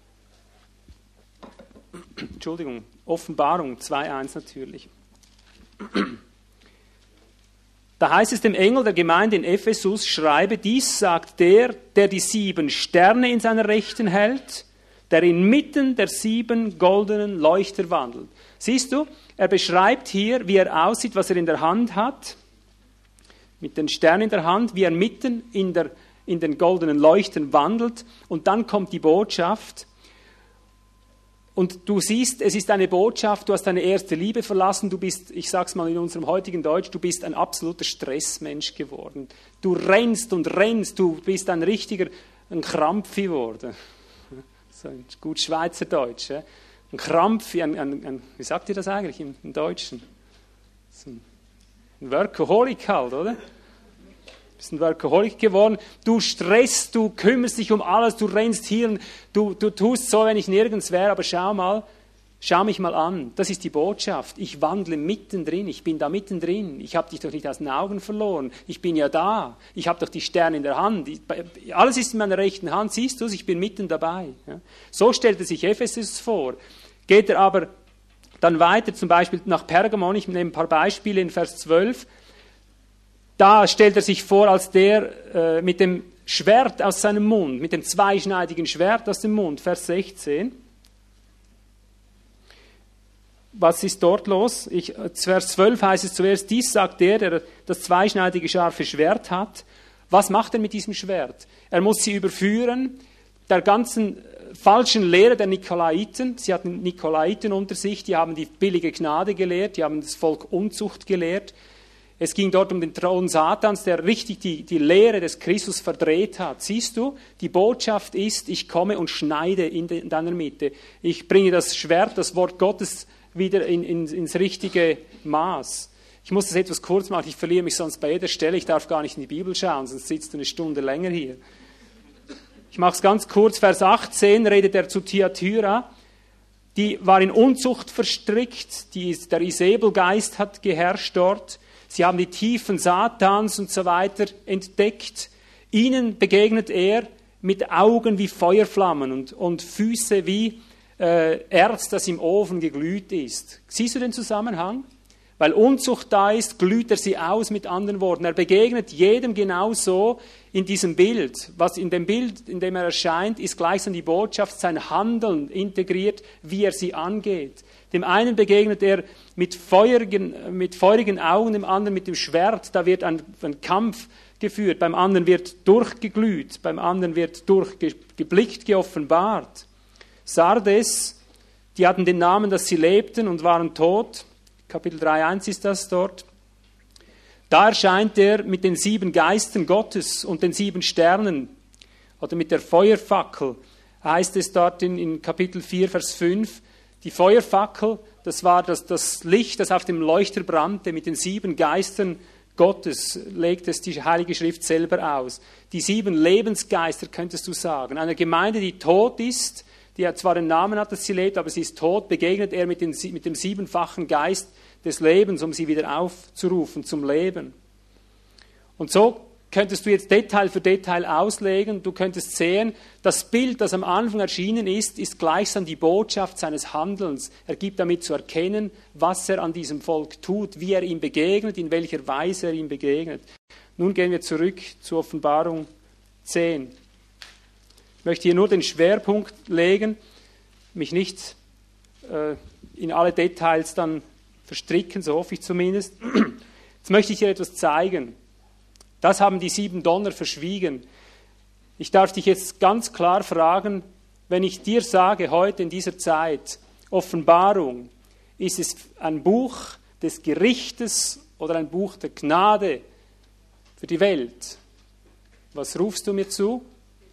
Entschuldigung, Offenbarung 2,1 natürlich. Da heißt es dem Engel der Gemeinde in Ephesus, schreibe, dies sagt der, der die 7 Sterne in seiner Rechten hält, der inmitten der 7 goldenen Leuchter wandelt. Siehst du, er beschreibt hier, wie er aussieht, was er in der Hand hat, mit den Sternen in der Hand, wie er mitten in den goldenen Leuchtern wandelt. Und dann kommt die Botschaft. Und du siehst, es ist eine Botschaft, du hast deine erste Liebe verlassen, du bist, ich sag's mal in unserem heutigen Deutsch, du bist ein absoluter Stressmensch geworden. Du rennst und rennst, du bist ein Krampfi geworden. So ein gut Schweizerdeutsch. Ja? Ein Krampfi, wie sagt ihr das eigentlich im Deutschen? So ein Workaholic halt, oder? Du bist ein Workaholic geworden. Du stresst, du kümmerst dich um alles, du rennst hier, du tust so, wenn ich nirgends wäre, aber schau mich mal an. Das ist die Botschaft. Ich wandle mittendrin, ich bin da mittendrin. Ich habe dich doch nicht aus den Augen verloren. Ich bin ja da. Ich habe doch die Sterne in der Hand. Alles ist in meiner rechten Hand. Siehst du es? Ich bin mitten dabei. Ja? So stellte sich Ephesus vor. Geht er aber dann weiter, zum Beispiel nach Pergamon, ich nehme ein paar Beispiele in Vers 12, da stellt er sich vor als der mit dem Schwert aus seinem Mund, mit dem zweischneidigen Schwert aus dem Mund, Vers 16. Was ist dort los? Vers 12 heißt es zuerst, dies sagt der das zweischneidige scharfe Schwert hat. Was macht er mit diesem Schwert? Er muss sie überführen, der ganzen falschen Lehre der Nikolaiten. Sie hatten Nikolaiten unter sich, die haben die billige Gnade gelehrt, die haben das Volk Unzucht gelehrt. Es ging dort um den Thron Satans, der richtig die Lehre des Christus verdreht hat. Siehst du, die Botschaft ist, ich komme und schneide in deiner Mitte. Ich bringe das Schwert, das Wort Gottes wieder ins richtige Maß. Ich muss das etwas kurz machen, ich verliere mich sonst bei jeder Stelle. Ich darf gar nicht in die Bibel schauen, sonst sitzt du eine Stunde länger hier. Ich mache es ganz kurz, Vers 18 redet er zu Thyatira. Die war in Unzucht verstrickt, der Isabelgeist hat geherrscht dort. Sie haben die Tiefen Satans und so weiter entdeckt. Ihnen begegnet er mit Augen wie Feuerflammen und Füße wie Erz, das im Ofen geglüht ist. Siehst du den Zusammenhang? Weil Unzucht da ist, glüht er sie aus, mit anderen Worten. Er begegnet jedem genauso in diesem Bild. Was in dem Bild, in dem er erscheint, ist gleichsam die Botschaft, sein Handeln integriert, wie er sie angeht. Dem einen begegnet er mit feurigen Augen, dem anderen mit dem Schwert. Da wird ein Kampf geführt. Beim anderen wird durchgeglüht, beim anderen wird durchgeblickt, geoffenbart. Sardes, die hatten den Namen, dass sie lebten und waren tot. Kapitel 3,1 ist das dort. Da erscheint er mit den 7 Geistern Gottes und den 7 Sternen oder mit der Feuerfackel. Heißt es dort in Kapitel 4, Vers 5, die Feuerfackel, das war das Licht, das auf dem Leuchter brannte, mit den 7 Geistern Gottes legt es die Heilige Schrift selber aus. Die 7 Lebensgeister, könntest du sagen. Eine Gemeinde, die tot ist, die zwar den Namen hat, dass sie lebt, aber sie ist tot, begegnet er mit dem 7-fachen Geist des Lebens, um sie wieder aufzurufen zum Leben. Und so könntest du jetzt Detail für Detail auslegen. Du könntest sehen, das Bild, das am Anfang erschienen ist gleichsam die Botschaft seines Handelns. Er gibt damit zu erkennen, was er an diesem Volk tut, wie er ihm begegnet, in welcher Weise er ihm begegnet. Nun gehen wir zurück zur Offenbarung 10. Ich möchte hier nur den Schwerpunkt legen, mich nicht in alle Details dann verstricken, so hoffe ich zumindest. Jetzt möchte ich dir etwas zeigen. Das haben die 7 Donner verschwiegen. Ich darf dich jetzt ganz klar fragen, wenn ich dir sage, heute in dieser Zeit, Offenbarung, ist es ein Buch des Gerichtes oder ein Buch der Gnade für die Welt? Was rufst du mir zu?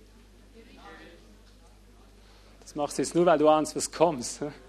Das machst du jetzt nur, weil du ahnst, was kommt.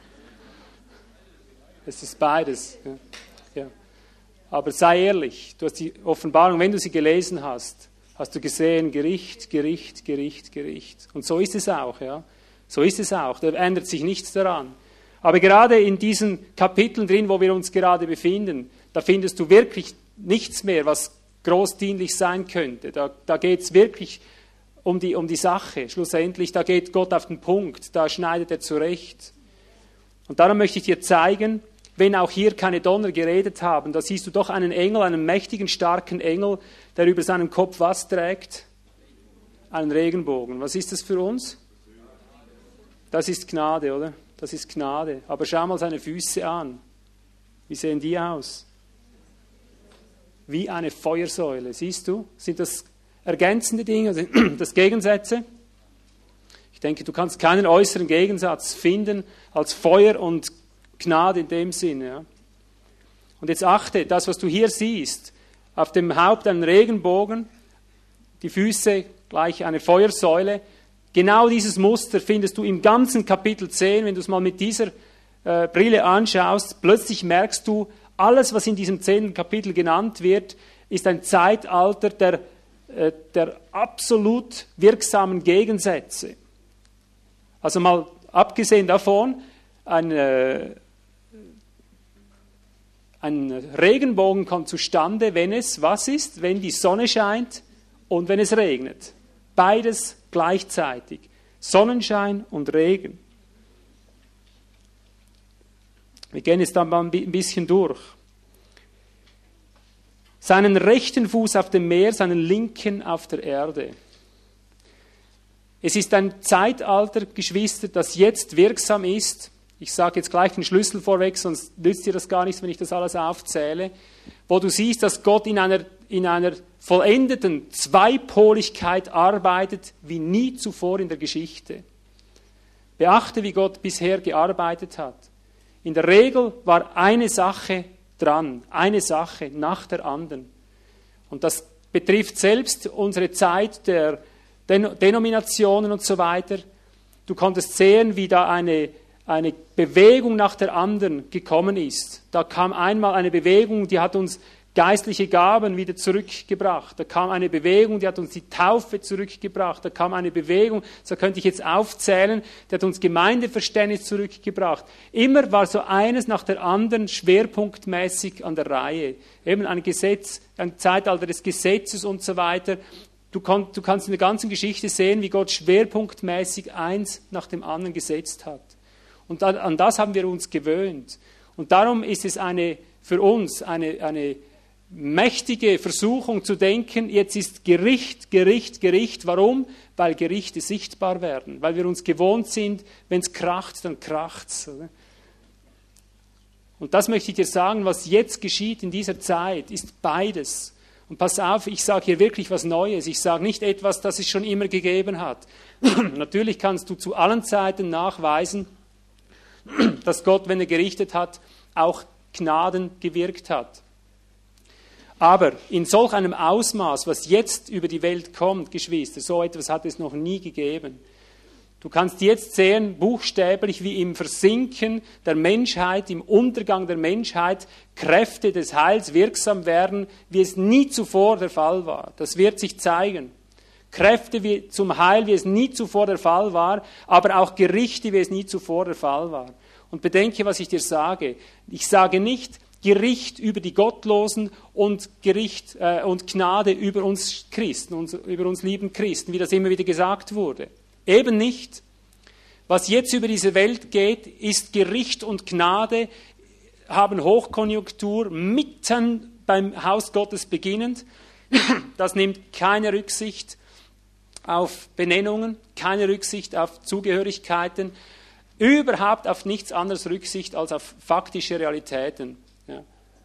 Es ist beides. Ja. Aber sei ehrlich, du hast die Offenbarung, wenn du sie gelesen hast, hast du gesehen, Gericht, Gericht, Gericht, Gericht. Und so ist es auch. Ja. So ist es auch. Da ändert sich nichts daran. Aber gerade in diesen Kapiteln drin, wo wir uns gerade befinden, da findest du wirklich nichts mehr, was großdienlich sein könnte. Da geht es wirklich um die Sache. Schlussendlich, da geht Gott auf den Punkt, da schneidet er zurecht. Und darum möchte ich dir zeigen, wenn auch hier keine Donner geredet haben, da siehst du doch einen Engel, einen mächtigen, starken Engel, der über seinem Kopf was trägt? Einen Regenbogen. Was ist das für uns? Das ist Gnade, oder? Das ist Gnade. Aber schau mal seine Füße an. Wie sehen die aus? Wie eine Feuersäule. Siehst du? Sind das ergänzende Dinge, sind das Gegensätze? Ich denke, du kannst keinen äußeren Gegensatz finden als Feuer und Gnade in dem Sinne. Ja. Und jetzt achte, das, was du hier siehst, auf dem Haupt einen Regenbogen, die Füße gleich eine Feuersäule, genau dieses Muster findest du im ganzen Kapitel 10, wenn du es mal mit dieser Brille anschaust, plötzlich merkst du, alles, was in diesem 10. Kapitel genannt wird, ist ein Zeitalter der absolut wirksamen Gegensätze. Also mal abgesehen davon, ein Regenbogen kommt zustande, wenn es, was ist? Wenn die Sonne scheint und wenn es regnet. Beides gleichzeitig. Sonnenschein und Regen. Wir gehen jetzt dann mal ein bisschen durch. Seinen rechten Fuß auf dem Meer, seinen linken auf der Erde. Es ist ein Zeitalter, Geschwister, das jetzt wirksam ist. Ich sage jetzt gleich den Schlüssel vorweg, sonst nützt dir das gar nichts, wenn ich das alles aufzähle. Wo du siehst, dass Gott in einer vollendeten Zweipoligkeit arbeitet, wie nie zuvor in der Geschichte. Beachte, wie Gott bisher gearbeitet hat. In der Regel war eine Sache dran, eine Sache nach der anderen. Und das betrifft selbst unsere Zeit der Denominationen und so weiter. Du konntest sehen, wie da eine Bewegung nach der anderen gekommen ist. Da kam einmal eine Bewegung, die hat uns geistliche Gaben wieder zurückgebracht. Da kam eine Bewegung, die hat uns die Taufe zurückgebracht. Da kam eine Bewegung, so könnte ich jetzt aufzählen, die hat uns Gemeindeverständnis zurückgebracht. Immer war so eines nach der anderen schwerpunktmäßig an der Reihe. Eben ein Gesetz, ein Zeitalter des Gesetzes und so weiter. Du kannst in der ganzen Geschichte sehen, wie Gott schwerpunktmäßig eins nach dem anderen gesetzt hat. Und an das haben wir uns gewöhnt. Und darum ist es für uns eine mächtige Versuchung zu denken, jetzt ist Gericht, Gericht, Gericht. Warum? Weil Gerichte sichtbar werden. Weil wir uns gewohnt sind, wenn es kracht, dann kracht's. Und das möchte ich dir sagen, was jetzt geschieht in dieser Zeit, ist beides. Und pass auf, ich sage hier wirklich was Neues. Ich sage nicht etwas, das es schon immer gegeben hat. Natürlich kannst du zu allen Zeiten nachweisen, dass Gott, wenn er gerichtet hat, auch Gnaden gewirkt hat. Aber in solch einem Ausmaß, was jetzt über die Welt kommt, Geschwister, so etwas hat es noch nie gegeben. Du kannst jetzt sehen, buchstäblich wie im Versinken der Menschheit, im Untergang der Menschheit, Kräfte des Heils wirksam werden, wie es nie zuvor der Fall war. Das wird sich zeigen. Kräfte zum Heil, wie es nie zuvor der Fall war, aber auch Gerichte, wie es nie zuvor der Fall war. Und bedenke, was ich dir sage. Ich sage nicht Gericht über die Gottlosen und Gericht und Gnade über uns Christen, über uns lieben Christen, wie das immer wieder gesagt wurde. Eben nicht. Was jetzt über diese Welt geht, ist Gericht und Gnade, haben Hochkonjunktur mitten beim Haus Gottes beginnend. Das nimmt keine Rücksicht auf Benennungen, keine Rücksicht auf Zugehörigkeiten, überhaupt auf nichts anderes Rücksicht als auf faktische Realitäten. Ja.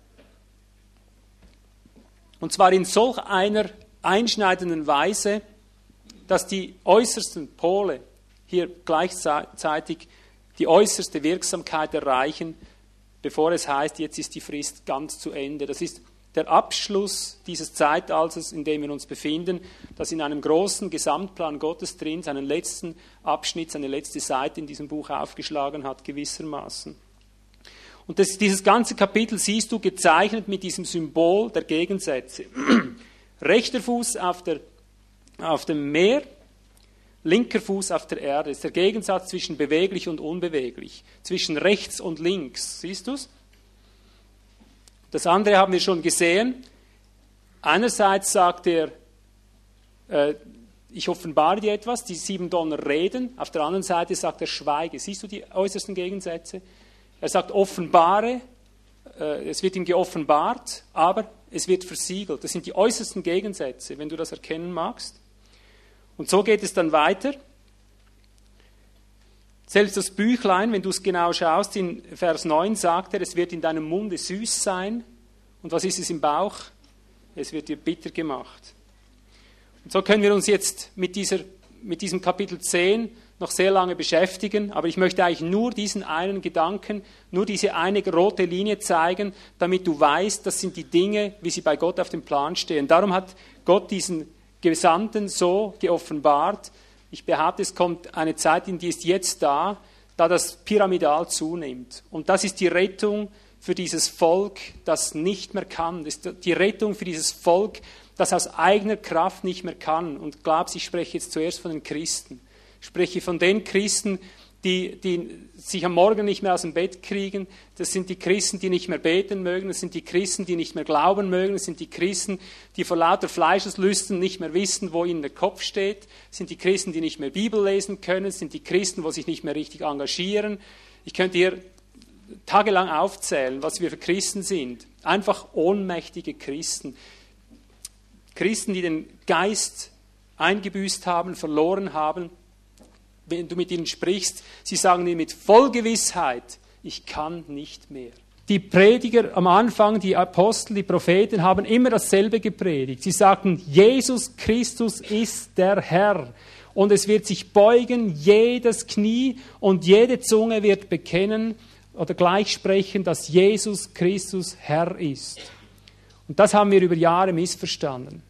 Und zwar in solch einer einschneidenden Weise, dass die äußersten Pole hier gleichzeitig die äußerste Wirksamkeit erreichen, bevor es heißt, jetzt ist die Frist ganz zu Ende. Das ist der Abschluss dieses Zeitalters, in dem wir uns befinden, das in einem großen Gesamtplan Gottes drin seinen letzten Abschnitt, seine letzte Seite in diesem Buch aufgeschlagen hat, gewissermaßen. Und dieses ganze Kapitel siehst du gezeichnet mit diesem Symbol der Gegensätze. Rechter Fuß auf dem Meer, linker Fuß auf der Erde. Das ist der Gegensatz zwischen beweglich und unbeweglich, zwischen rechts und links. Siehst du es? Das andere haben wir schon gesehen. Einerseits sagt er, ich offenbare dir etwas, die 7 Donner reden, auf der anderen Seite sagt er, schweige. Siehst du die äußersten Gegensätze? Er sagt, offenbare, es wird ihm geoffenbart, aber es wird versiegelt. Das sind die äußersten Gegensätze, wenn du das erkennen magst. Und so geht es dann weiter. Selbst das Büchlein, wenn du es genau schaust, in Vers 9 sagt er, es wird in deinem Munde süß sein. Und was ist es im Bauch? Es wird dir bitter gemacht. Und so können wir uns jetzt mit diesem Kapitel 10 noch sehr lange beschäftigen, aber ich möchte eigentlich nur diesen einen Gedanken, nur diese eine rote Linie zeigen, damit du weißt, das sind die Dinge, wie sie bei Gott auf dem Plan stehen. Darum hat Gott diesen Gesandten so geoffenbart. Ich behaupte, es kommt eine Zeit, in die ist jetzt da das pyramidal zunimmt. Und das ist die Rettung für dieses Volk, das nicht mehr kann. Das ist die Rettung für dieses Volk, das aus eigener Kraft nicht mehr kann. Und glaubst, ich spreche jetzt zuerst von den Christen. Ich spreche von den Christen, die sich am Morgen nicht mehr aus dem Bett kriegen. Das sind die Christen, die nicht mehr beten mögen. Das sind die Christen, die nicht mehr glauben mögen. Das sind die Christen, die vor lauter Fleischeslüsten nicht mehr wissen, wo ihnen der Kopf steht. Das sind die Christen, die nicht mehr Bibel lesen können. Das sind die Christen, die sich nicht mehr richtig engagieren. Ich könnte hier tagelang aufzählen, was wir für Christen sind. Einfach ohnmächtige Christen. Christen, die den Geist eingebüßt haben, verloren haben. Wenn du mit ihnen sprichst, sie sagen dir mit Vollgewissheit, ich kann nicht mehr. Die Prediger am Anfang, die Apostel, die Propheten haben immer dasselbe gepredigt. Sie sagten, Jesus Christus ist der Herr. Und es wird sich beugen, jedes Knie und jede Zunge wird bekennen oder gleich sprechen, dass Jesus Christus Herr ist. Und das haben wir über Jahre missverstanden.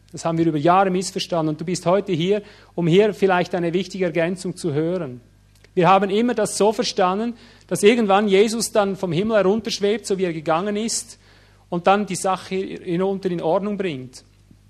Und du bist heute hier, um hier vielleicht eine wichtige Ergänzung zu hören. Wir haben immer das so verstanden, dass irgendwann Jesus dann vom Himmel herunterschwebt, so wie er gegangen ist, und dann die Sache hinunter in Ordnung bringt.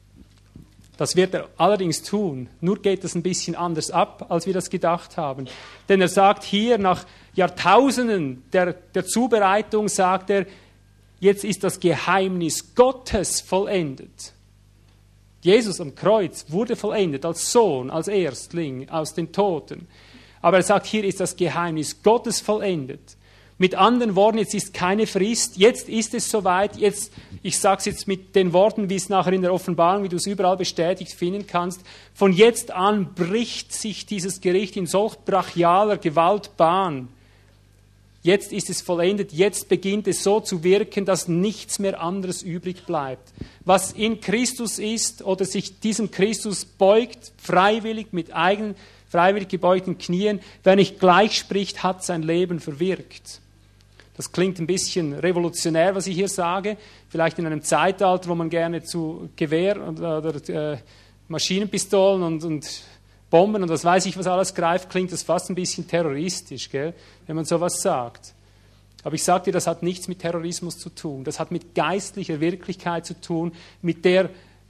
Das wird er allerdings tun. Nur geht das ein bisschen anders ab, als wir das gedacht haben. Denn er sagt hier, nach Jahrtausenden der Zubereitung, sagt er, jetzt ist das Geheimnis Gottes vollendet. Jesus am Kreuz wurde vollendet als Sohn, als Erstling aus den Toten. Aber er sagt, hier ist das Geheimnis Gottes vollendet. Mit anderen Worten, jetzt ist keine Frist, jetzt ist es soweit, jetzt, ich sage es jetzt mit den Worten, wie es nachher in der Offenbarung, wie du es überall bestätigt finden kannst, von jetzt an bricht sich dieses Gericht in solch brachialer Gewalt Bahn. Jetzt ist es vollendet, jetzt beginnt es so zu wirken, dass nichts mehr anderes übrig bleibt. Was in Christus ist oder sich diesem Christus beugt, freiwillig mit eigenen, freiwillig gebeugten Knien, wer nicht gleich spricht, hat sein Leben verwirkt. Das klingt ein bisschen revolutionär, was ich hier sage. Vielleicht in einem Zeitalter, wo man gerne zu Gewehr oder Maschinenpistolen und Bomben und was weiß ich, was alles greift, klingt das fast ein bisschen terroristisch, gell, wenn man sowas sagt. Aber ich sage dir, das hat nichts mit Terrorismus zu tun. Das hat mit geistlicher Wirklichkeit zu tun, mit der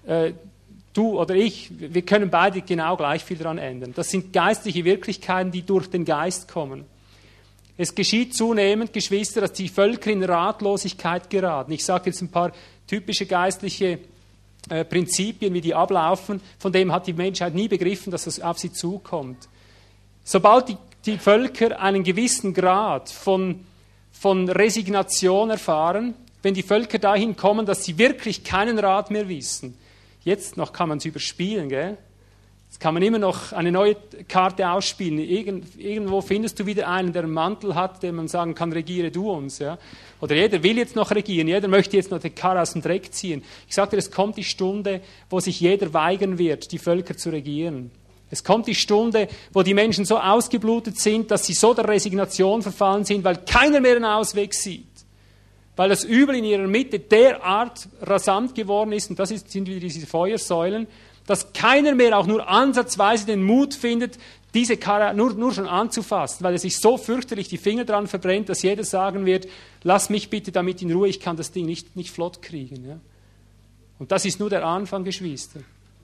du oder ich, wir können beide genau gleich viel daran ändern. Das sind geistliche Wirklichkeiten, die durch den Geist kommen. Es geschieht zunehmend, Geschwister, dass die Völker in Ratlosigkeit geraten. Ich sage jetzt ein paar typische geistliche Prinzipien, wie die ablaufen, von dem hat die Menschheit nie begriffen, dass das auf sie zukommt. Sobald die Völker einen gewissen Grad von Resignation erfahren, wenn die Völker dahin kommen, dass sie wirklich keinen Rat mehr wissen, jetzt noch kann man es überspielen, gell? Jetzt kann man immer noch eine neue Karte ausspielen. Irgendwo findest du wieder einen, der einen Mantel hat, dem man sagen kann, regiere du uns. Ja? Oder jeder will jetzt noch regieren, jeder möchte jetzt noch den Karren aus dem Dreck ziehen. Ich sage dir, es kommt die Stunde, wo sich jeder weigern wird, die Völker zu regieren. Es kommt die Stunde, wo die Menschen so ausgeblutet sind, dass sie so der Resignation verfallen sind, weil keiner mehr einen Ausweg sieht. Weil das Übel in ihrer Mitte derart rasant geworden ist, und das sind wieder diese Feuersäulen, dass keiner mehr auch nur ansatzweise den Mut findet, diese Karre nur schon anzufassen, weil er sich so fürchterlich die Finger dran verbrennt, dass jeder sagen wird, lass mich bitte damit in Ruhe, ich kann das Ding nicht flott kriegen. Ja? Und das ist nur der Anfang, Geschwister.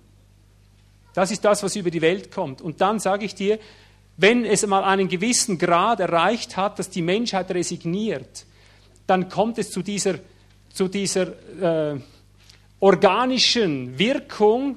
Das ist das, was über die Welt kommt. Und dann sage ich dir, wenn es mal einen gewissen Grad erreicht hat, dass die Menschheit resigniert, dann kommt es zu dieser organischen Wirkung,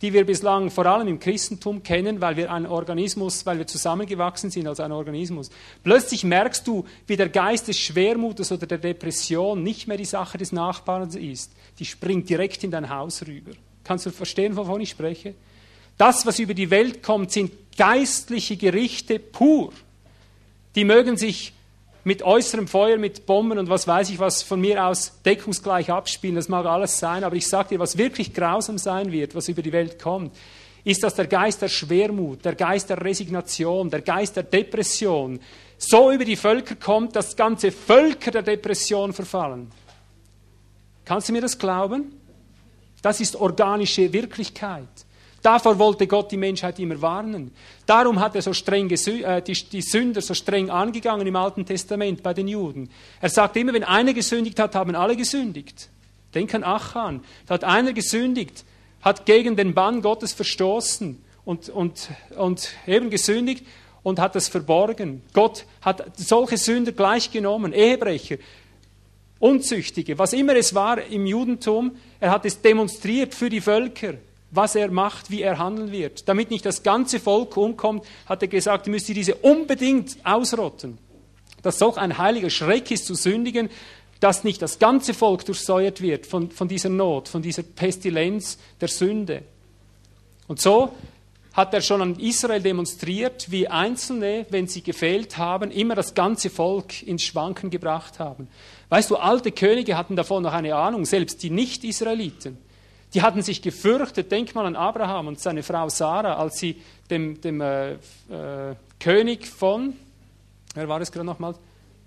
die wir bislang vor allem im Christentum kennen, weil wir ein Organismus, weil wir zusammengewachsen sind als ein Organismus. Plötzlich merkst du, wie der Geist des Schwermutes oder der Depression nicht mehr die Sache des Nachbarn ist. Die springt direkt in dein Haus rüber. Kannst du verstehen, wovon ich spreche? Das, was über die Welt kommt, sind geistliche Gerichte pur. Die mögen sich mit äußerem Feuer, mit Bomben und was weiß ich was von mir aus deckungsgleich abspielen. Das mag alles sein, aber ich sage dir, was wirklich grausam sein wird, was über die Welt kommt, ist, dass der Geist der Schwermut, der Geist der Resignation, der Geist der Depression so über die Völker kommt, dass ganze Völker der Depression verfallen. Kannst du mir das glauben? Das ist organische Wirklichkeit. Davor wollte Gott die Menschheit immer warnen. Darum hat er so streng die Sünder so streng angegangen im Alten Testament bei den Juden. Er sagt immer, wenn einer gesündigt hat, haben alle gesündigt. Denk an Achan. Da hat einer gesündigt, hat gegen den Bann Gottes verstoßen und eben gesündigt und hat das verborgen. Gott hat solche Sünder gleich genommen, Ehebrecher, Unzüchtige, was immer es war im Judentum, er hat es demonstriert für die Völker, was er macht, wie er handeln wird. Damit nicht das ganze Volk umkommt, hat er gesagt, ihr müsst diese unbedingt ausrotten. Dass solch ein heiliger Schreck ist zu sündigen, dass nicht das ganze Volk durchsäuert wird von dieser Not, von dieser Pestilenz der Sünde. Und so hat er schon an Israel demonstriert, wie Einzelne, wenn sie gefehlt haben, immer das ganze Volk ins Schwanken gebracht haben. Weißt du, alte Könige hatten davon noch eine Ahnung, selbst die Nicht-Israeliten. Die hatten sich gefürchtet, denk mal an Abraham und seine Frau Sarah, als sie dem König von, wer war es gerade nochmal?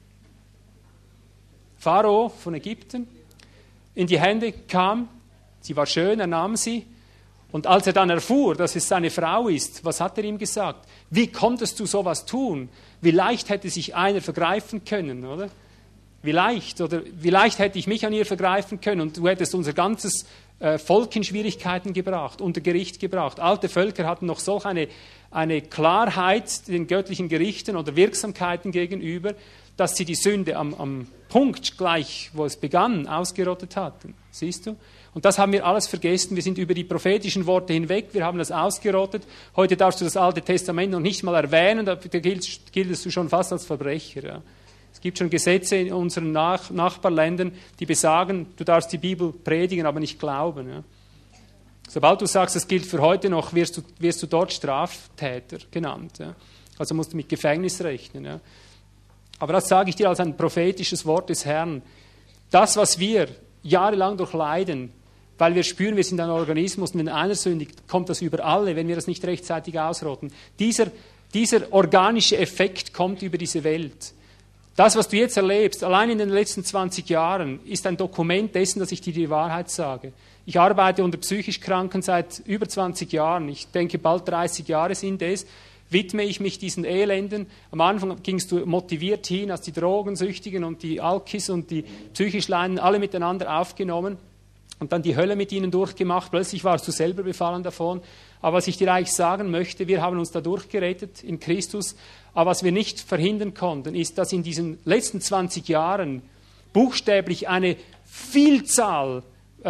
Pharao von Ägypten, in die Hände kam. Sie war schön, er nahm sie. Und als er dann erfuhr, dass es seine Frau ist, was hat er ihm gesagt? Wie konntest du sowas tun? Wie leicht hätte sich einer vergreifen können, oder? Wie leicht hätte ich mich an ihr vergreifen können und du hättest unser ganzes Volk in Schwierigkeiten gebracht, unter Gericht gebracht. Alte Völker hatten noch solch eine Klarheit den göttlichen Gerichten oder Wirksamkeiten gegenüber, dass sie die Sünde am Punkt gleich, wo es begann, ausgerottet hatten. Siehst du? Und das haben wir alles vergessen. Wir sind über die prophetischen Worte hinweg, wir haben das ausgerottet. Heute darfst du das Alte Testament noch nicht mal erwähnen, da giltest du schon fast als Verbrecher. Ja. Es gibt schon Gesetze in unseren Nachbarländern, die besagen, du darfst die Bibel predigen, aber nicht glauben. Ja. Sobald du sagst, das gilt für heute noch, wirst du dort Straftäter genannt. Ja. Also musst du mit Gefängnis rechnen. Ja. Aber das sage ich dir als ein prophetisches Wort des Herrn. Das, was wir jahrelang durchleiden, weil wir spüren, wir sind ein Organismus und wenn einer sündigt, kommt das über alle, wenn wir das nicht rechtzeitig ausrotten. Dieser organische Effekt kommt über diese Welt. Das, was du jetzt erlebst, allein in den letzten 20 Jahren, ist ein Dokument dessen, dass ich dir die Wahrheit sage. Ich arbeite unter psychisch Kranken seit über 20 Jahren. Ich denke, bald 30 Jahre sind es. Widme ich mich diesen Elenden. Am Anfang gingst du motiviert hin, hast die Drogensüchtigen und die Alkis und die psychisch Leidenden alle miteinander aufgenommen und dann die Hölle mit ihnen durchgemacht. Plötzlich warst du selber befallen davon. Aber was ich dir eigentlich sagen möchte, wir haben uns da durchgerettet in Christus. Aber was wir nicht verhindern konnten, ist, dass in diesen letzten 20 Jahren buchstäblich eine Vielzahl,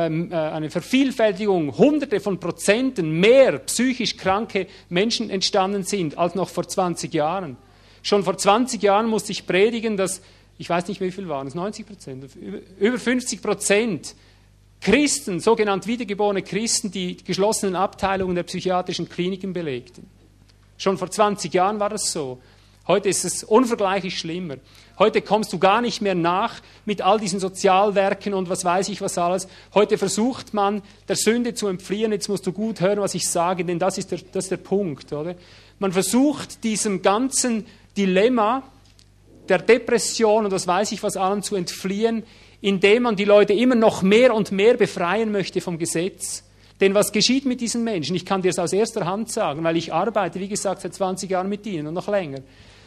eine Vervielfältigung, Hunderte von Prozenten mehr psychisch kranke Menschen entstanden sind, als noch vor 20 Jahren. Schon vor 20 Jahren musste ich predigen, dass, ich weiß nicht, wie viel waren es, 90%, über 50% Christen, sogenannt wiedergeborene Christen, die geschlossenen Abteilungen der psychiatrischen Kliniken belegten. Schon vor 20 Jahren war das so. Heute ist es unvergleichlich schlimmer. Heute kommst du gar nicht mehr nach mit all diesen Sozialwerken und was weiß ich was alles. Heute versucht man, der Sünde zu entfliehen. Jetzt musst du gut hören, was ich sage, denn das ist der Punkt. Oder? Man versucht, diesem ganzen Dilemma der Depression und was weiß ich was allem zu entfliehen, indem man die Leute immer noch mehr und mehr befreien möchte vom Gesetz. Denn was geschieht mit diesen Menschen? Ich kann dir das aus erster Hand sagen, weil ich arbeite, wie gesagt, seit 20 Jahren mit ihnen und noch länger.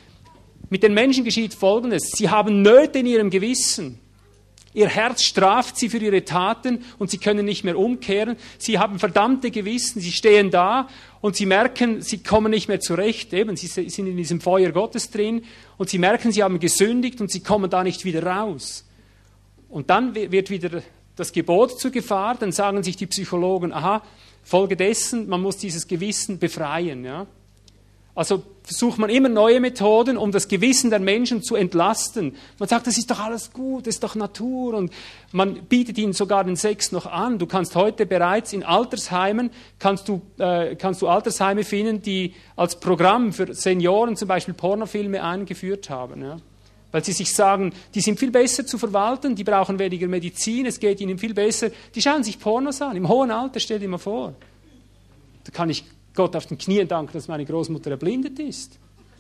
Mit den Menschen geschieht Folgendes. Sie haben Nöte in ihrem Gewissen. Ihr Herz straft sie für ihre Taten und sie können nicht mehr umkehren. Sie haben verdammte Gewissen, sie stehen da und sie merken, sie kommen nicht mehr zurecht. Eben, sie sind in diesem Feuer Gottes drin und sie merken, sie haben gesündigt und sie kommen da nicht wieder raus. Und dann wird wieder das Gebot zur Gefahr, dann sagen sich die Psychologen, aha, folgedessen, man muss dieses Gewissen befreien. Ja? Also versucht man immer neue Methoden, um das Gewissen der Menschen zu entlasten. Man sagt, das ist doch alles gut, das ist doch Natur. Und man bietet ihnen sogar den Sex noch an. Du kannst heute bereits in Altersheimen, kannst du Altersheime finden, die als Programm für Senioren zum Beispiel Pornofilme eingeführt haben. Ja? Weil sie sich sagen, die sind viel besser zu verwalten, die brauchen weniger Medizin, es geht ihnen viel besser. Die schauen sich Pornos an, im hohen Alter, stell dir mal vor. Da kann ich Gott auf den Knien danken, dass meine Großmutter erblindet ist.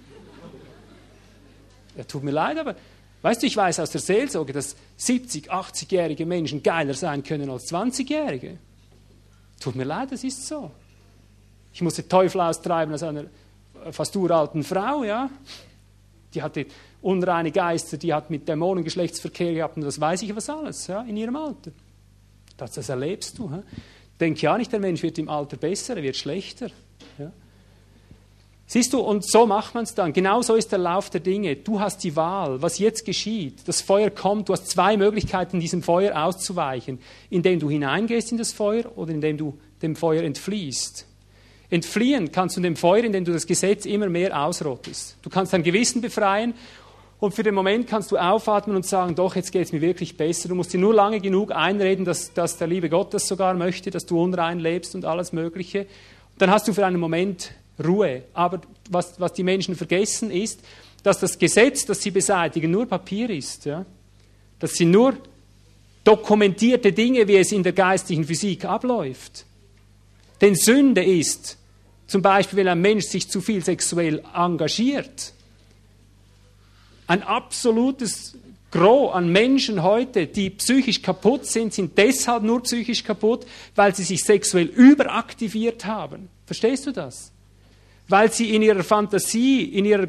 Ja, tut mir leid, aber weißt du, ich weiß aus der Seelsorge, dass 70-, 80-jährige Menschen geiler sein können als 20-jährige. Tut mir leid, das ist so. Ich musste Teufel austreiben aus einer fast uralten Frau, ja. Die hatte unreine Geister, die hat mit Dämonen Geschlechtsverkehr gehabt und das weiß ich was alles, ja, in ihrem Alter. Das erlebst du. Ja. Denk ja nicht, der Mensch wird im Alter besser, er wird schlechter. Ja. Siehst du, und so macht man es dann. Genau so ist der Lauf der Dinge. Du hast die Wahl, was jetzt geschieht. Das Feuer kommt, du hast zwei Möglichkeiten, diesem Feuer auszuweichen. Indem du hineingehst in das Feuer oder indem du dem Feuer entfliehst. Entfliehen kannst du dem Feuer, indem du das Gesetz immer mehr ausrottest. Du kannst dein Gewissen befreien und für den Moment kannst du aufatmen und sagen, doch, jetzt geht es mir wirklich besser. Du musst dir nur lange genug einreden, dass der liebe Gott das sogar möchte, dass du unrein lebst und alles Mögliche. Dann hast du für einen Moment Ruhe. Aber was die Menschen vergessen ist, dass das Gesetz, das sie beseitigen, nur Papier ist. Ja? Das sind nur dokumentierte Dinge, wie es in der geistlichen Physik abläuft. Denn Sünde ist, zum Beispiel, wenn ein Mensch sich zu viel sexuell engagiert, ein absolutes Gros an Menschen heute, die psychisch kaputt sind deshalb nur psychisch kaputt, weil sie sich sexuell überaktiviert haben. Verstehst du das? Weil sie in ihrer Fantasie, in ihrer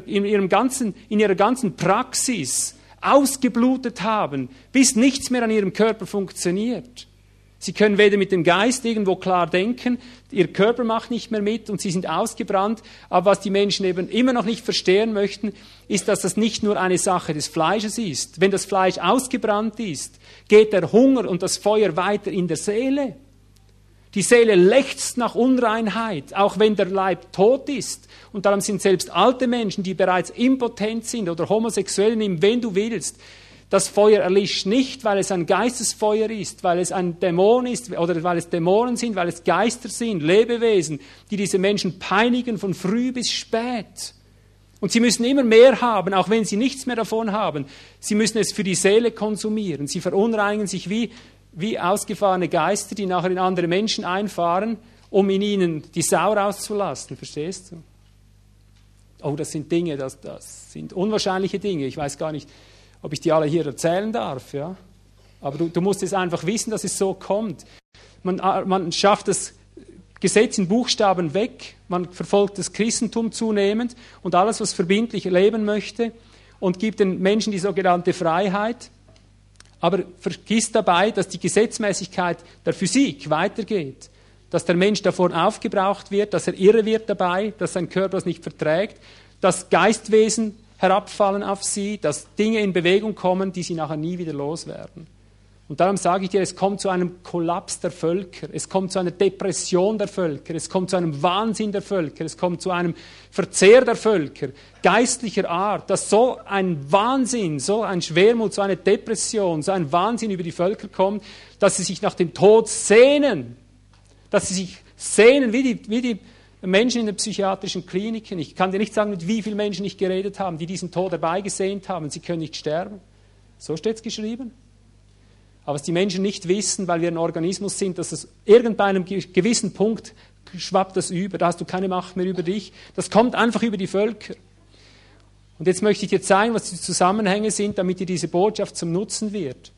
ganzen Praxis ausgeblutet haben, bis nichts mehr an ihrem Körper funktioniert. Sie können weder mit dem Geist irgendwo klar denken, ihr Körper macht nicht mehr mit und sie sind ausgebrannt. Aber was die Menschen eben immer noch nicht verstehen möchten, ist, dass das nicht nur eine Sache des Fleisches ist. Wenn das Fleisch ausgebrannt ist, geht der Hunger und das Feuer weiter in der Seele. Die Seele lechzt nach Unreinheit, auch wenn der Leib tot ist. Und darum sind selbst alte Menschen, die bereits impotent sind oder homosexuell, nimm wen du willst, das Feuer erlischt nicht, weil es ein Geistesfeuer ist, weil es ein Dämon ist oder weil es Dämonen sind, weil es Geister sind, Lebewesen, die diese Menschen peinigen von früh bis spät. Und sie müssen immer mehr haben, auch wenn sie nichts mehr davon haben. Sie müssen es für die Seele konsumieren. Sie verunreinigen sich wie ausgefahrene Geister, die nachher in andere Menschen einfahren, um in ihnen die Sau rauszulassen. Verstehst du? Oh, das sind Dinge, das sind unwahrscheinliche Dinge. Ich weiß gar nicht, ob ich die alle hier erzählen darf, ja. Aber du musst es einfach wissen, dass es so kommt. Man schafft das Gesetz in Buchstaben weg, man verfolgt das Christentum zunehmend und alles, was verbindlich leben möchte und gibt den Menschen die sogenannte Freiheit, aber vergisst dabei, dass die Gesetzmäßigkeit der Physik weitergeht, dass der Mensch davon aufgebraucht wird, dass er irre wird dabei, dass sein Körper das nicht verträgt, dass Geistwesen herabfallen auf sie, dass Dinge in Bewegung kommen, die sie nachher nie wieder loswerden. Und darum sage ich dir, es kommt zu einem Kollaps der Völker, es kommt zu einer Depression der Völker, es kommt zu einem Wahnsinn der Völker, es kommt zu einem Verzehr der Völker, geistlicher Art, dass so ein Wahnsinn, so ein Schwermut, so eine Depression, so ein Wahnsinn über die Völker kommt, dass sie sich nach dem Tod sehnen, dass sie sich sehnen wie die Menschen in den psychiatrischen Kliniken. Ich kann dir nicht sagen, mit wie vielen Menschen ich geredet habe, die diesen Tod herbeigesehnt haben. Sie können nicht sterben. So steht es geschrieben. Aber was die Menschen nicht wissen, weil wir ein Organismus sind, dass es bei einem gewissen Punkt schwappt das über. Da hast du keine Macht mehr über dich. Das kommt einfach über die Völker. Und jetzt möchte ich dir zeigen, was die Zusammenhänge sind, damit dir diese Botschaft zum Nutzen wird.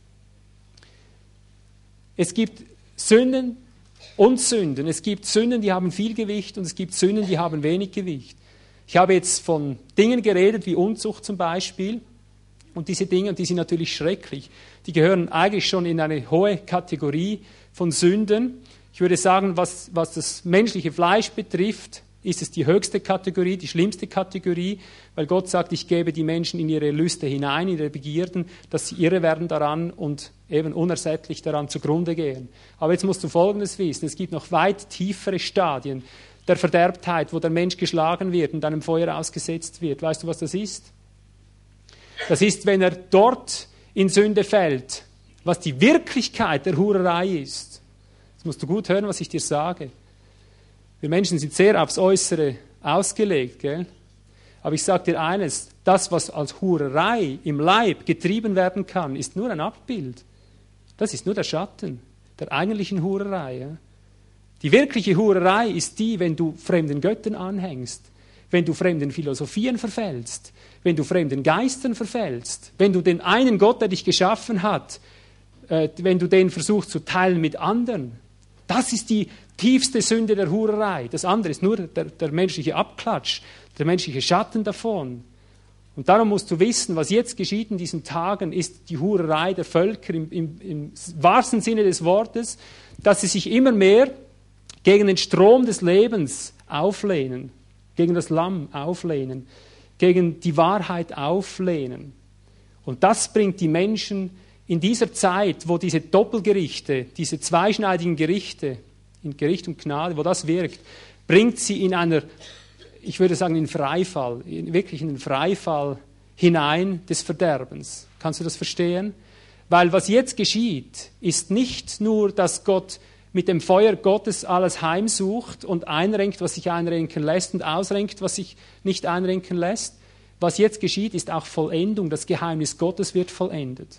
Es gibt Sünden und Sünden. Es gibt Sünden, die haben viel Gewicht und es gibt Sünden, die haben wenig Gewicht. Ich habe jetzt von Dingen geredet, wie Unzucht zum Beispiel. Und diese Dinge, die sind natürlich schrecklich. Die gehören eigentlich schon in eine hohe Kategorie von Sünden. Ich würde sagen, was das menschliche Fleisch betrifft, ist es die höchste Kategorie, die schlimmste Kategorie, weil Gott sagt, ich gebe die Menschen in ihre Lüste hinein, in ihre Begierden, dass sie irre werden daran und eben unersättlich daran zugrunde gehen. Aber jetzt musst du Folgendes wissen, es gibt noch weit tiefere Stadien der Verderbtheit, wo der Mensch geschlagen wird und einem Feuer ausgesetzt wird. Weißt du, was das ist? Das ist, wenn er dort in Sünde fällt, was die Wirklichkeit der Hurerei ist. Jetzt musst du gut hören, was ich dir sage. Wir Menschen sind sehr aufs Äußere ausgelegt, gell? Aber ich sage dir eines, das, was als Hurerei im Leib getrieben werden kann, ist nur ein Abbild. Das ist nur der Schatten der eigentlichen Hurerei. Ja? Die wirkliche Hurerei ist die, wenn du fremden Göttern anhängst, wenn du fremden Philosophien verfällst, wenn du fremden Geistern verfällst, wenn du den einen Gott, der dich geschaffen hat, wenn du den versuchst zu teilen mit anderen. Das ist die tiefste Sünde der Hurerei. Das andere ist nur der menschliche Abklatsch, der menschliche Schatten davon. Und darum musst du wissen, was jetzt geschieht in diesen Tagen, ist die Hurerei der Völker im wahrsten Sinne des Wortes, dass sie sich immer mehr gegen den Strom des Lebens auflehnen, gegen das Lamm auflehnen, gegen die Wahrheit auflehnen. Und das bringt die Menschen in dieser Zeit, wo diese Doppelgerichte, diese zweischneidigen Gerichte, in Gericht und Gnade, wo das wirkt, bringt sie in einer, ich würde sagen, in Freifall, wirklich in den Freifall hinein des Verderbens. Kannst du das verstehen? Weil was jetzt geschieht, ist nicht nur, dass Gott mit dem Feuer Gottes alles heimsucht und einrenkt, was sich einrenken lässt und ausrenkt, was sich nicht einrenken lässt. Was jetzt geschieht, ist auch Vollendung. Das Geheimnis Gottes wird vollendet.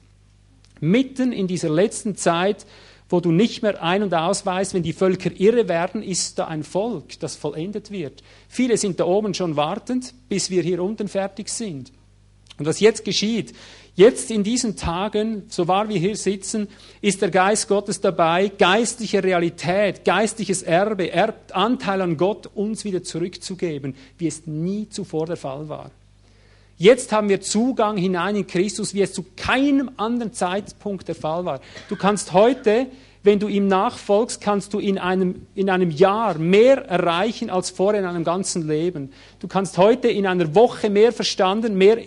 Mitten in dieser letzten Zeit, wo du nicht mehr ein- und ausweist, wenn die Völker irre werden, ist da ein Volk, das vollendet wird. Viele sind da oben schon wartend, bis wir hier unten fertig sind. Und was jetzt geschieht, jetzt in diesen Tagen, so wahr wir hier sitzen, ist der Geist Gottes dabei, geistliche Realität, geistliches Erbe, Anteil an Gott uns wieder zurückzugeben, wie es nie zuvor der Fall war. Jetzt haben wir Zugang hinein in Christus, wie es zu keinem anderen Zeitpunkt der Fall war. Du kannst heute, wenn du ihm nachfolgst, kannst du in einem Jahr mehr erreichen als vorher in einem ganzen Leben. Du kannst heute in einer Woche mehr verstanden, mehr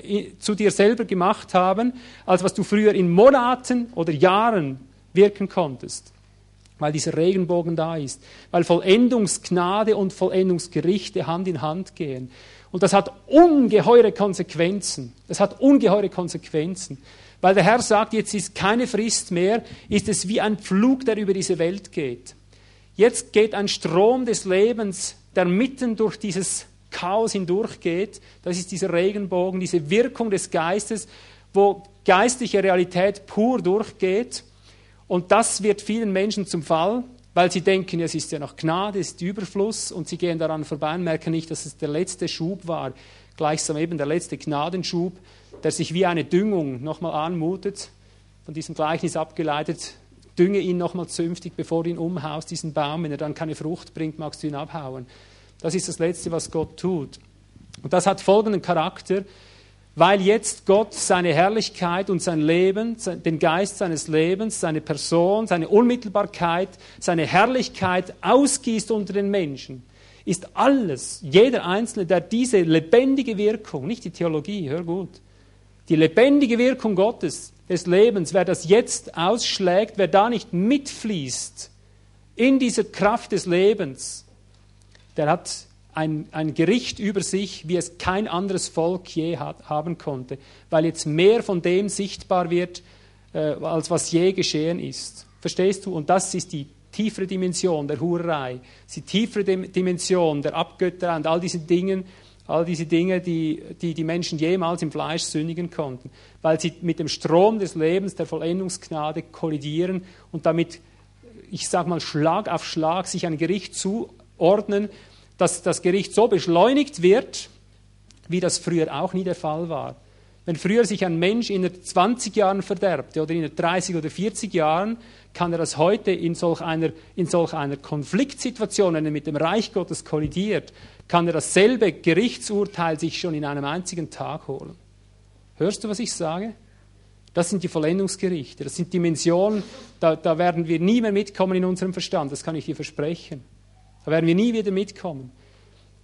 zu dir selber gemacht haben, als was du früher in Monaten oder Jahren wirken konntest. Weil dieser Regenbogen da ist. Weil Vollendungsgnade und Vollendungsgerichte Hand in Hand gehen. Und das hat ungeheure Konsequenzen. Das hat ungeheure Konsequenzen. Weil der Herr sagt, jetzt ist keine Frist mehr, ist es wie ein Pflug, der über diese Welt geht. Jetzt geht ein Strom des Lebens, der mitten durch dieses Chaos hindurchgeht. Das ist dieser Regenbogen, diese Wirkung des Geistes, wo geistliche Realität pur durchgeht. Und das wird vielen Menschen zum Fall, weil sie denken, es ist ja noch Gnade, es ist Überfluss und sie gehen daran vorbei und merken nicht, dass es der letzte Schub war, gleichsam eben der letzte Gnadenschub, der sich wie eine Düngung nochmal anmutet, von diesem Gleichnis abgeleitet, dünge ihn nochmal zünftig, bevor du ihn umhaust, diesen Baum, wenn er dann keine Frucht bringt, magst du ihn abhauen. Das ist das Letzte, was Gott tut. Und das hat folgenden Charakter, weil jetzt Gott seine Herrlichkeit und sein Leben, den Geist seines Lebens, seine Person, seine Unmittelbarkeit, seine Herrlichkeit ausgießt unter den Menschen, ist alles, jeder Einzelne, der diese lebendige Wirkung, nicht die Theologie, hör gut, die lebendige Wirkung Gottes, des Lebens, wer das jetzt ausschlägt, wer da nicht mitfließt in dieser Kraft des Lebens, der hat ein Gericht über sich, wie es kein anderes Volk je haben konnte, weil jetzt mehr von dem sichtbar wird, als was je geschehen ist. Verstehst du? Und das ist die tiefere Dimension der Hurerei, die tiefere Dimension der Abgötterei und all diese Dinge, die Menschen jemals im Fleisch sündigen konnten, weil sie mit dem Strom des Lebens, der Vollendungsgnade kollidieren und damit, ich sage mal, Schlag auf Schlag sich ein Gericht zuordnen, dass das Gericht so beschleunigt wird, wie das früher auch nie der Fall war. Wenn früher sich ein Mensch in 20 Jahren verderbte oder in 30 oder 40 Jahren, kann er das heute in solch einer Konfliktsituation, wenn er mit dem Reich Gottes kollidiert, kann er dasselbe Gerichtsurteil sich schon in einem einzigen Tag holen. Hörst du, was ich sage? Das sind die Vollendungsgerichte, das sind Dimensionen, da werden wir nie mehr mitkommen in unserem Verstand, das kann ich dir versprechen. Da werden wir nie wieder mitkommen.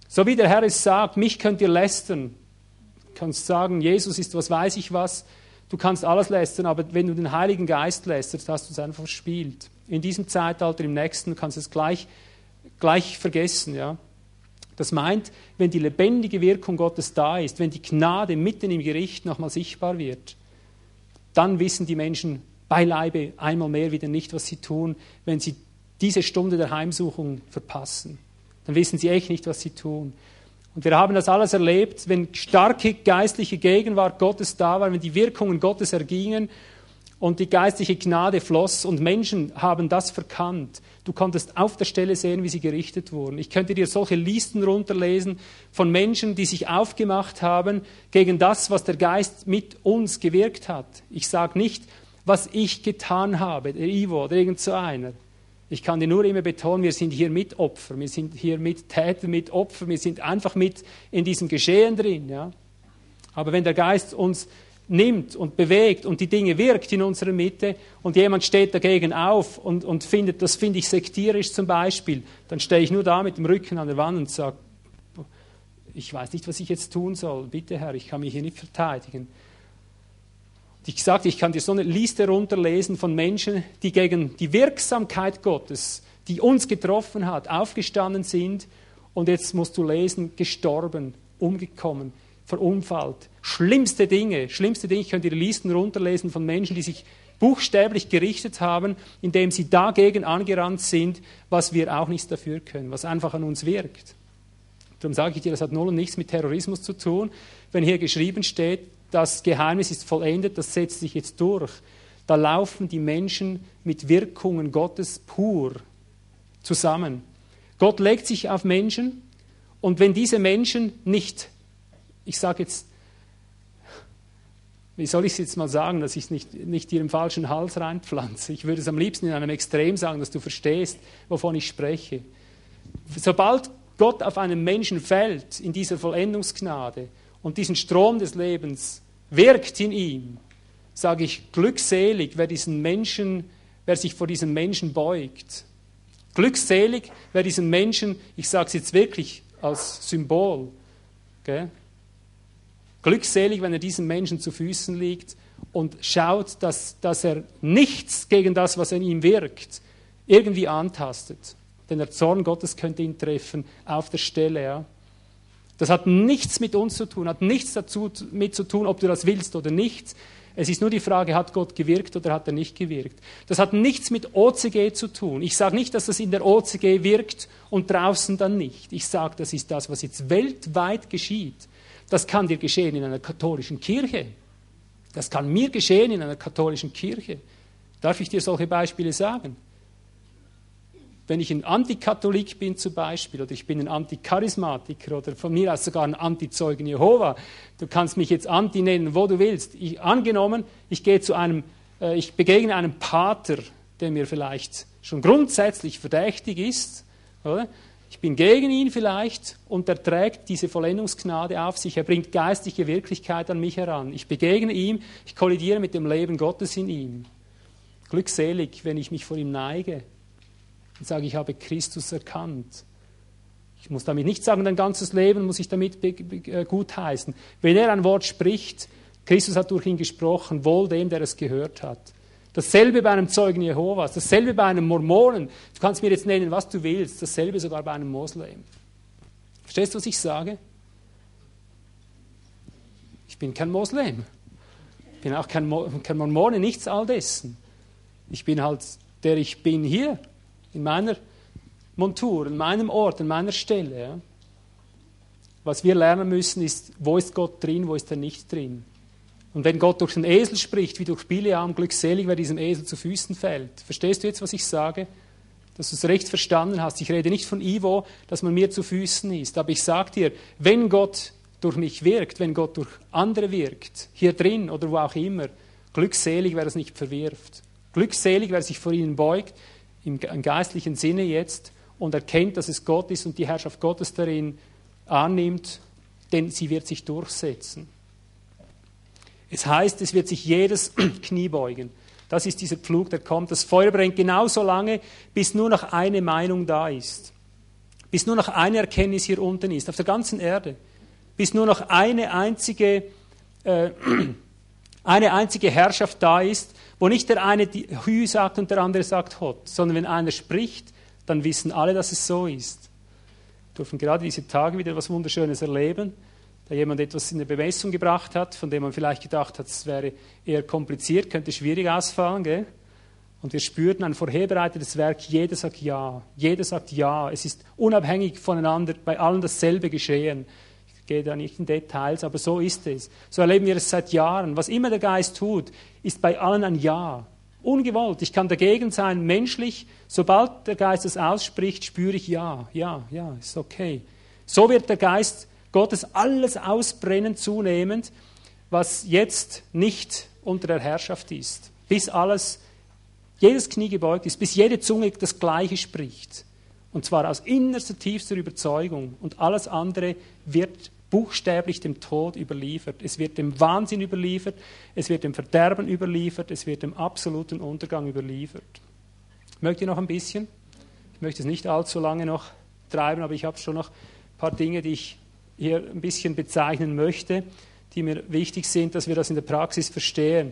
So wie der Herr es sagt, mich könnt ihr lästern. Du kannst sagen, Jesus ist was weiß ich was. Du kannst alles lästern, aber wenn du den Heiligen Geist lästerst, hast du es einfach verspielt. In diesem Zeitalter, im nächsten, kannst du es gleich vergessen. Ja? Das meint, wenn die lebendige Wirkung Gottes da ist, wenn die Gnade mitten im Gericht nochmal sichtbar wird, dann wissen die Menschen beileibe einmal mehr wieder nicht, was sie tun, wenn sie diese Stunde der Heimsuchung verpassen. Dann wissen sie echt nicht, was sie tun. Und wir haben das alles erlebt, wenn starke geistliche Gegenwart Gottes da war, wenn die Wirkungen Gottes ergingen und die geistliche Gnade floss und Menschen haben das verkannt. Du konntest auf der Stelle sehen, wie sie gerichtet wurden. Ich könnte dir solche Listen runterlesen von Menschen, die sich aufgemacht haben gegen das, was der Geist mit uns gewirkt hat. Ich sage nicht, was ich getan habe, der Ivo oder irgend so einer. Ich kann dir nur immer betonen, wir sind hier Mitopfer, wir sind hier Mittäter, Mitopfer, wir sind einfach mit in diesem Geschehen drin. Ja? Aber wenn der Geist uns nimmt und bewegt und die Dinge wirkt in unserer Mitte und jemand steht dagegen auf und findet, das finde ich sektierisch zum Beispiel, dann stehe ich nur da mit dem Rücken an der Wand und sage, ich weiß nicht, was ich jetzt tun soll. Bitte, Herr, ich kann mich hier nicht verteidigen. Ich sagte, ich kann dir so eine Liste runterlesen von Menschen, die gegen die Wirksamkeit Gottes, die uns getroffen hat, aufgestanden sind und jetzt musst du lesen, gestorben, umgekommen, verunfallt. Schlimmste Dinge, ich könnte dir Listen runterlesen von Menschen, die sich buchstäblich gerichtet haben, indem sie dagegen angerannt sind, was wir auch nichts dafür können, was einfach an uns wirkt. Darum sage ich dir, das hat null und nichts mit Terrorismus zu tun. Wenn hier geschrieben steht, das Geheimnis ist vollendet, das setzt sich jetzt durch. Da laufen die Menschen mit Wirkungen Gottes pur zusammen. Gott legt sich auf Menschen und wenn diese Menschen nicht, ich sage jetzt, wie soll ich es jetzt mal sagen, dass ich es nicht dir im falschen Hals reinpflanze. Ich würde es am liebsten in einem Extrem sagen, dass du verstehst, wovon ich spreche. Sobald Gott auf einen Menschen fällt, in dieser Vollendungsgnade und diesen Strom des Lebens wirkt in ihm, sage ich, glückselig, wer sich vor diesem Menschen beugt. Glückselig, wer diesen Menschen, ich sage es jetzt wirklich als Symbol, okay? Glückselig, wenn er diesem Menschen zu Füßen liegt und schaut, dass er nichts gegen das, was in ihm wirkt, irgendwie antastet. Denn der Zorn Gottes könnte ihn treffen auf der Stelle. Ja. Das hat nichts mit uns zu tun, hat nichts damit zu tun, ob du das willst oder nicht. Es ist nur die Frage, hat Gott gewirkt oder hat er nicht gewirkt. Das hat nichts mit OCG zu tun. Ich sage nicht, dass das in der OCG wirkt und draußen dann nicht. Ich sage, das ist das, was jetzt weltweit geschieht. Das kann dir geschehen in einer katholischen Kirche. Das kann mir geschehen in einer katholischen Kirche. Darf ich dir solche Beispiele sagen? Wenn ich ein Antikatholik bin zum Beispiel, oder ich bin ein Anticharismatiker oder von mir aus sogar ein Antizeugen Jehova, du kannst mich jetzt Anti nennen, wo du willst. Angenommen, ich begegne einem Pater, der mir vielleicht schon grundsätzlich verdächtig ist, oder? Ich bin gegen ihn vielleicht und er trägt diese Vollendungsgnade auf sich. Er bringt geistliche Wirklichkeit an mich heran. Ich begegne ihm, ich kollidiere mit dem Leben Gottes in ihm. Glückselig, wenn ich mich vor ihm neige und sage, ich habe Christus erkannt. Ich muss damit nicht sagen, dein ganzes Leben muss ich damit gutheißen. Wenn er ein Wort spricht, Christus hat durch ihn gesprochen, wohl dem, der es gehört hat. Dasselbe bei einem Zeugen Jehovas, dasselbe bei einem Mormonen. Du kannst mir jetzt nennen, was du willst. Dasselbe sogar bei einem Moslem. Verstehst du, was ich sage? Ich bin kein Moslem. Ich bin auch kein Mormone, nichts all dessen. Ich bin halt der ich bin hier, in meiner Montur, in meinem Ort, an meiner Stelle. Ja. Was wir lernen müssen, ist, wo ist Gott drin, wo ist er nicht drin. Und wenn Gott durch den Esel spricht, wie durch Bileam, glückselig, wer diesem Esel zu Füßen fällt. Verstehst du jetzt, was ich sage? Dass du es recht verstanden hast. Ich rede nicht von Ivo, dass man mir zu Füßen ist. Aber ich sage dir, wenn Gott durch mich wirkt, wenn Gott durch andere wirkt, hier drin oder wo auch immer, glückselig, wer es nicht verwirft. Glückselig, wer sich vor ihnen beugt, im geistlichen Sinne jetzt, und erkennt, dass es Gott ist und die Herrschaft Gottes darin annimmt, denn sie wird sich durchsetzen. Es heißt, es wird sich jedes Knie beugen. Das ist dieser Pflug, der kommt. Das Feuer brennt genauso lange, bis nur noch eine Meinung da ist. bis nur noch eine Erkenntnis hier unten ist, auf der ganzen Erde, bis nur noch eine einzige Herrschaft da ist, wo nicht der eine Hü sagt und der andere sagt Hot, sondern wenn einer spricht, dann wissen alle, dass es so ist. Wir dürfen gerade diese Tage wieder etwas Wunderschönes erleben, da jemand etwas in der Bemessung gebracht hat, von dem man vielleicht gedacht hat, es wäre eher kompliziert, könnte schwierig ausfallen, gell? Und wir spürten ein vorherbereitetes Werk, jeder sagt ja, es ist unabhängig voneinander, bei allen dasselbe geschehen. Ich gehe da nicht in Details, aber so ist es. So erleben wir es seit Jahren. Was immer der Geist tut, ist bei allen ein Ja. Ungewollt. Ich kann dagegen sein, menschlich. Sobald der Geist es ausspricht, spüre ich ja, ist okay. So wird der Geist Gottes alles ausbrennen zunehmend, was jetzt nicht unter der Herrschaft ist. Bis jedes Knie gebeugt ist, bis jede Zunge das Gleiche spricht. Und zwar aus innerster, tiefster Überzeugung. Und alles andere wird buchstäblich dem Tod überliefert. Es wird dem Wahnsinn überliefert, es wird dem Verderben überliefert, es wird dem absoluten Untergang überliefert. Mögt ihr noch ein bisschen? Ich möchte es nicht allzu lange noch treiben, aber ich habe schon noch ein paar Dinge, die ich hier ein bisschen bezeichnen möchte, die mir wichtig sind, dass wir das in der Praxis verstehen.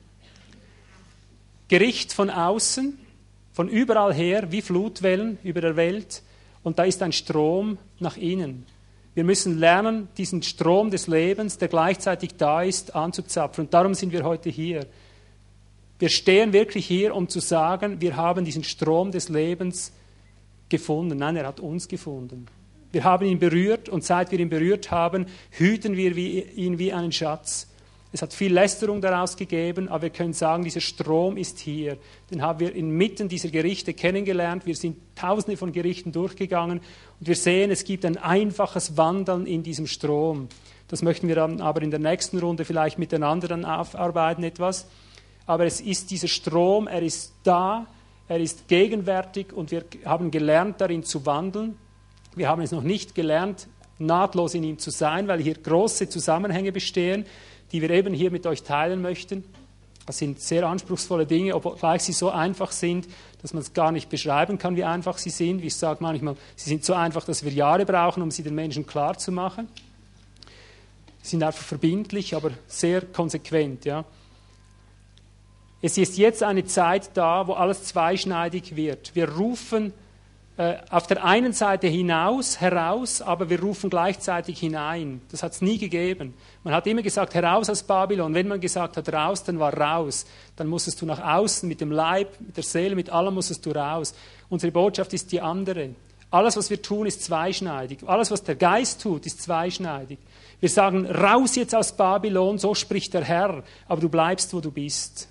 Gericht von außen, von überall her, wie Flutwellen über der Welt, und da ist ein Strom nach innen. Wir müssen lernen, diesen Strom des Lebens, der gleichzeitig da ist, anzuzapfen. Und darum sind wir heute hier. Wir stehen wirklich hier, um zu sagen, wir haben diesen Strom des Lebens gefunden. Nein, er hat uns gefunden. Wir haben ihn berührt und seit wir ihn berührt haben, hüten wir ihn wie einen Schatz. Es hat viel Lästerung daraus gegeben, aber wir können sagen, dieser Strom ist hier. Den haben wir inmitten dieser Gerichte kennengelernt. Wir sind tausende von Gerichten durchgegangen und wir sehen, es gibt ein einfaches Wandeln in diesem Strom. Das möchten wir dann aber in der nächsten Runde vielleicht miteinander dann aufarbeiten etwas. Aber es ist dieser Strom, er ist da, er ist gegenwärtig und wir haben gelernt, darin zu wandeln. Wir haben es noch nicht gelernt, nahtlos in ihm zu sein, weil hier große Zusammenhänge bestehen, die wir eben hier mit euch teilen möchten. Das sind sehr anspruchsvolle Dinge, obgleich sie so einfach sind, dass man es gar nicht beschreiben kann, wie einfach sie sind. Wie ich sage manchmal, sie sind so einfach, dass wir Jahre brauchen, um sie den Menschen klar zu machen. Sie sind einfach verbindlich, aber sehr konsequent. Ja. Es ist jetzt eine Zeit da, wo alles zweischneidig wird. Wir rufen auf der einen Seite heraus, aber wir rufen gleichzeitig hinein. Das hat es nie gegeben. Man hat immer gesagt, heraus aus Babylon. Wenn man gesagt hat, raus, dann war raus. Dann musstest du nach außen, mit dem Leib, mit der Seele, mit allem musstest du raus. Unsere Botschaft ist die andere. Alles, was wir tun, ist zweischneidig. Alles, was der Geist tut, ist zweischneidig. Wir sagen, raus jetzt aus Babylon, so spricht der Herr, aber du bleibst, wo du bist.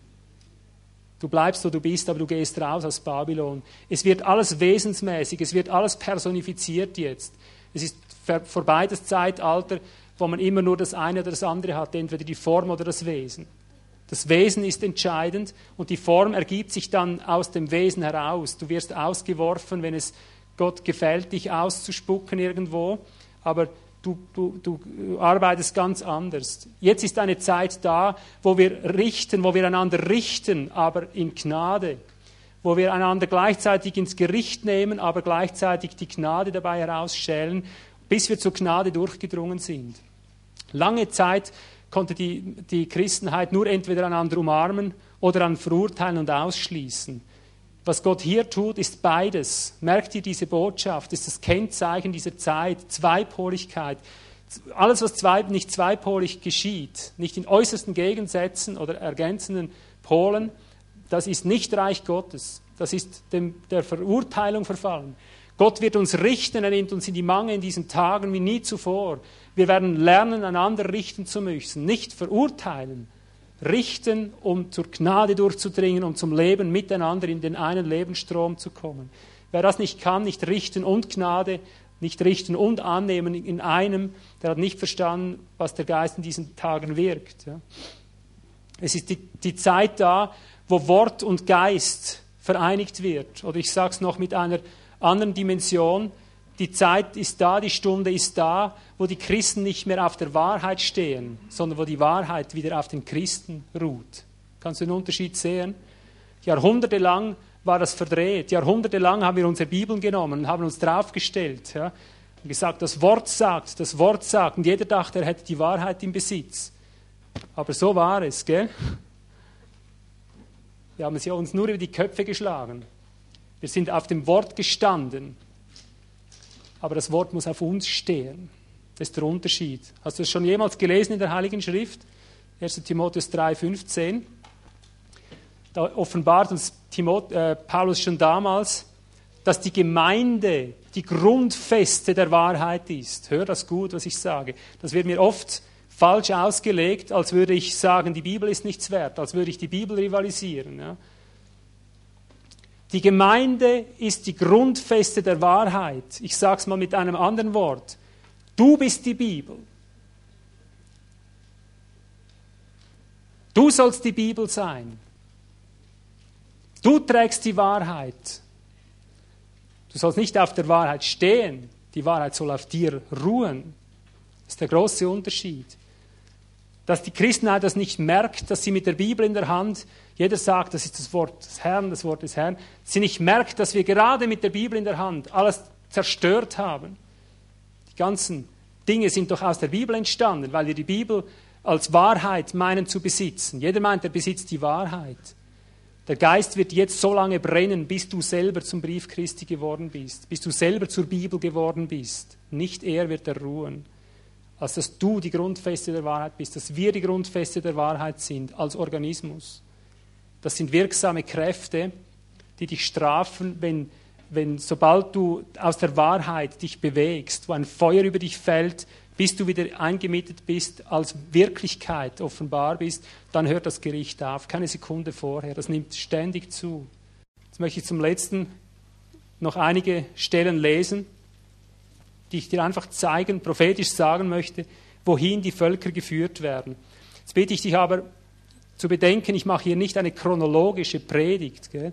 Du bleibst, wo du bist, aber du gehst raus aus Babylon. Es wird alles wesensmäßig, es wird alles personifiziert jetzt. Es ist vorbei das Zeitalter, wo man immer nur das eine oder das andere hat, entweder die Form oder das Wesen. Das Wesen ist entscheidend und die Form ergibt sich dann aus dem Wesen heraus. Du wirst ausgeworfen, wenn es Gott gefällt, dich auszuspucken irgendwo, aber du arbeitest ganz anders. Jetzt ist eine Zeit da, wo wir einander richten, aber in Gnade. Wo wir einander gleichzeitig ins Gericht nehmen, aber gleichzeitig die Gnade dabei herausschälen, bis wir zur Gnade durchgedrungen sind. Lange Zeit konnte die Christenheit nur entweder einander umarmen oder an verurteilen und ausschließen. Was Gott hier tut, ist beides. Merkt ihr diese Botschaft? Das ist das Kennzeichen dieser Zeit. Zweipoligkeit. Alles, was nicht zweipolig geschieht, nicht in äußersten Gegensätzen oder ergänzenden Polen, das ist nicht Reich Gottes. Das ist der Verurteilung verfallen. Gott wird uns richten, er nimmt uns in die Mangel in diesen Tagen wie nie zuvor. Wir werden lernen, einander richten zu müssen, nicht verurteilen. Richten, um zur Gnade durchzudringen, um zum Leben miteinander in den einen Lebensstrom zu kommen. Wer das nicht kann, nicht richten und Gnade, nicht richten und annehmen in einem, der hat nicht verstanden, was der Geist in diesen Tagen wirkt. Ja. Es ist die Zeit da, wo Wort und Geist vereinigt wird. Oder ich sage es noch mit einer anderen Dimension. Die Zeit ist da, die Stunde ist da, wo die Christen nicht mehr auf der Wahrheit stehen, sondern wo die Wahrheit wieder auf den Christen ruht. Kannst du den Unterschied sehen? Jahrhundertelang war das verdreht. Jahrhundertelang haben wir unsere Bibeln genommen und haben uns draufgestellt, ja, und gesagt, das Wort sagt, das Wort sagt. Und jeder dachte, er hätte die Wahrheit im Besitz. Aber so war es, gell? Wir haben sie uns nur über die Köpfe geschlagen. Wir sind auf dem Wort gestanden. Aber das Wort muss auf uns stehen. Das ist der Unterschied. Hast du es schon jemals gelesen in der Heiligen Schrift? 1. Timotheus 3,15. Da offenbart uns Paulus schon damals, dass die Gemeinde die Grundfeste der Wahrheit ist. Hör das gut, was ich sage. Das wird mir oft falsch ausgelegt, als würde ich sagen, die Bibel ist nichts wert, als würde ich die Bibel rivalisieren. Ja. Die Gemeinde ist die Grundfeste der Wahrheit. Ich sage es mal mit einem anderen Wort. Du bist die Bibel. Du sollst die Bibel sein. Du trägst die Wahrheit. Du sollst nicht auf der Wahrheit stehen. Die Wahrheit soll auf dir ruhen. Das ist der große Unterschied. Dass die Christenheit das nicht merkt, dass sie mit der Bibel in der Hand, jeder sagt, das ist das Wort des Herrn, das Wort des Herrn, sie nicht merkt, dass wir gerade mit der Bibel in der Hand alles zerstört haben. Die ganzen Dinge sind doch aus der Bibel entstanden, weil wir die Bibel als Wahrheit meinen zu besitzen. Jeder meint, er besitzt die Wahrheit. Der Geist wird jetzt so lange brennen, bis du selber zum Brief Christi geworden bist, bis du selber zur Bibel geworden bist. Nicht er wird er ruhen, als dass du die Grundfeste der Wahrheit bist, dass wir die Grundfeste der Wahrheit sind, als Organismus. Das sind wirksame Kräfte, die dich strafen, sobald du aus der Wahrheit dich bewegst, wo ein Feuer über dich fällt, bis du wieder eingemietet bist, als Wirklichkeit offenbar bist, dann hört das Gericht auf. Keine Sekunde vorher. Das nimmt ständig zu. Jetzt möchte ich zum Letzten noch einige Stellen lesen, die ich dir einfach zeigen, prophetisch sagen möchte, wohin die Völker geführt werden. Jetzt bitte ich dich aber zu bedenken, ich mache hier nicht eine chronologische Predigt. Gell?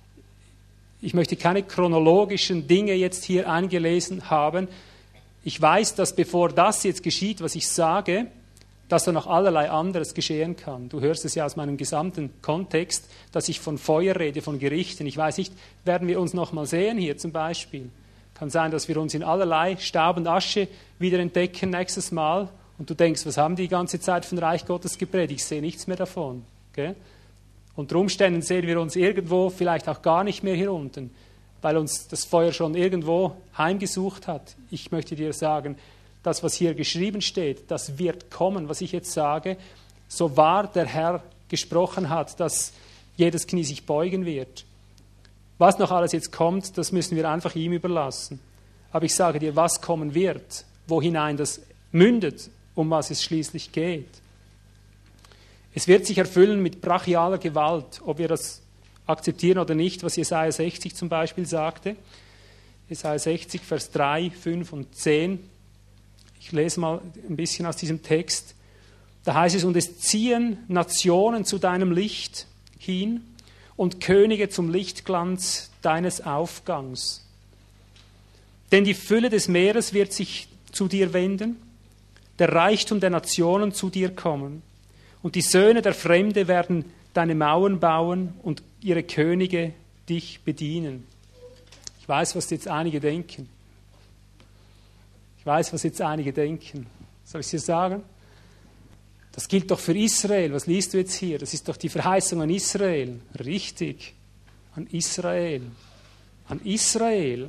Ich möchte keine chronologischen Dinge jetzt hier eingelesen haben. Ich weiß, dass bevor das jetzt geschieht, was ich sage, dass da noch allerlei anderes geschehen kann. Du hörst es ja aus meinem gesamten Kontext, dass ich von Feuer rede, von Gerichten. Ich weiß nicht, werden wir uns noch mal sehen hier zum Beispiel? Kann sein, dass wir uns in allerlei Staub und Asche wieder entdecken nächstes Mal und du denkst, was haben die ganze Zeit von Reich Gottes gepredigt? Ich sehe nichts mehr davon. Okay? Unter Umständen sehen wir uns irgendwo vielleicht auch gar nicht mehr hier unten, weil uns das Feuer schon irgendwo heimgesucht hat. Ich möchte dir sagen, das, was hier geschrieben steht, das wird kommen, was ich jetzt sage, so wahr der Herr gesprochen hat, dass jedes Knie sich beugen wird. Was noch alles jetzt kommt, das müssen wir einfach ihm überlassen. Aber ich sage dir, was kommen wird, wo hinein das mündet, um was es schließlich geht. Es wird sich erfüllen mit brachialer Gewalt, ob wir das akzeptieren oder nicht, was Jesaja 60 zum Beispiel sagte. Jesaja 60, Vers 3, 5 und 10. Ich lese mal ein bisschen aus diesem Text. Da heißt es, und es ziehen Nationen zu deinem Licht hin und Könige zum Lichtglanz deines Aufgangs. Denn die Fülle des Meeres wird sich zu dir wenden, der Reichtum der Nationen zu dir kommen. Und die Söhne der Fremde werden deine Mauern bauen und ihre Könige dich bedienen. Ich weiß, was jetzt einige denken. Soll ich es dir sagen? Das gilt doch für Israel. Was liest du jetzt hier? Das ist doch die Verheißung an Israel. Richtig. An Israel. An Israel.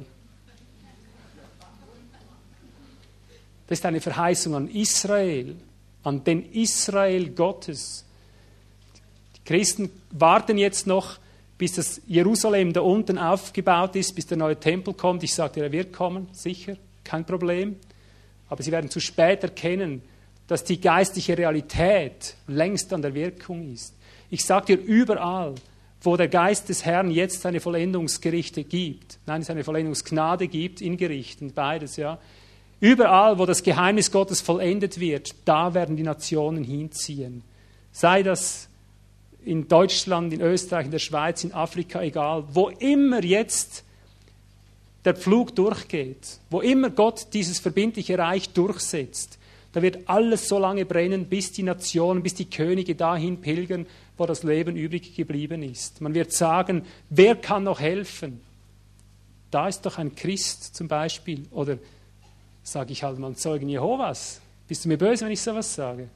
Das ist eine Verheißung an Israel. An den Israel Gottes. Die Christen warten jetzt noch, bis das Jerusalem da unten aufgebaut ist, bis der neue Tempel kommt. Ich sage dir, er wird kommen, sicher, kein Problem. Aber sie werden zu spät erkennen, dass die geistliche Realität längst an der Wirkung ist. Ich sage dir, überall, wo der Geist des Herrn jetzt seine Vollendungsgerichte gibt, seine Vollendungsgnade gibt in Gerichten, beides, ja. Überall, wo das Geheimnis Gottes vollendet wird, da werden die Nationen hinziehen. Sei das in Deutschland, in Österreich, in der Schweiz, in Afrika, egal. Wo immer jetzt der Pflug durchgeht, wo immer Gott dieses verbindliche Reich durchsetzt, Da wird alles so lange brennen, bis die Nationen, bis die Könige dahin pilgern, wo das Leben übrig geblieben ist. Man wird sagen, wer kann noch helfen? Da ist doch ein Christ zum Beispiel. Oder sage ich halt mal Zeugen Jehovas. Bist du mir böse, wenn ich sowas sage?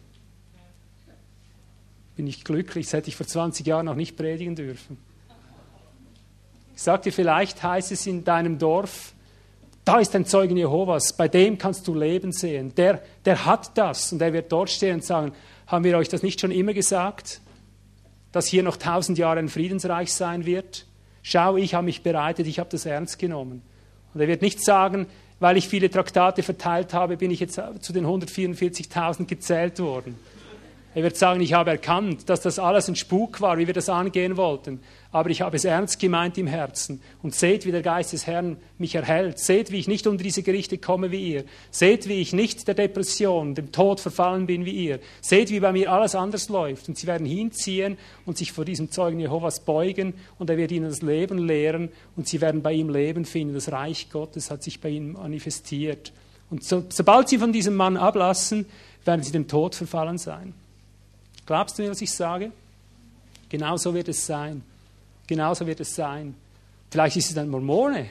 Bin ich glücklich, das hätte ich vor 20 Jahren noch nicht predigen dürfen. Ich sage dir, vielleicht heißt es in deinem Dorf, da ist ein Zeugen Jehovas, bei dem kannst du Leben sehen. Der hat das und er wird dort stehen und sagen, haben wir euch das nicht schon immer gesagt, dass hier noch 1000 Jahre ein Friedensreich sein wird? Schau, ich habe mich bereitet, ich habe das ernst genommen. Und er wird nicht sagen, weil ich viele Traktate verteilt habe, bin ich jetzt zu den 144.000 gezählt worden. Er wird sagen, ich habe erkannt, dass das alles ein Spuk war, wie wir das angehen wollten. Aber ich habe es ernst gemeint im Herzen. Und seht, wie der Geist des Herrn mich erhält. Seht, wie ich nicht unter diese Gerichte komme wie ihr. Seht, wie ich nicht der Depression, dem Tod verfallen bin wie ihr. Seht, wie bei mir alles anders läuft. Und sie werden hinziehen und sich vor diesem Zeugen Jehovas beugen. Und er wird ihnen das Leben lehren. Und sie werden bei ihm Leben finden. Das Reich Gottes hat sich bei ihnen manifestiert. Und sobald sie von diesem Mann ablassen, werden sie dem Tod verfallen sein. Glaubst du mir, was ich sage? Genau so wird es sein. Genau so wird es sein. Vielleicht ist es ein Mormone.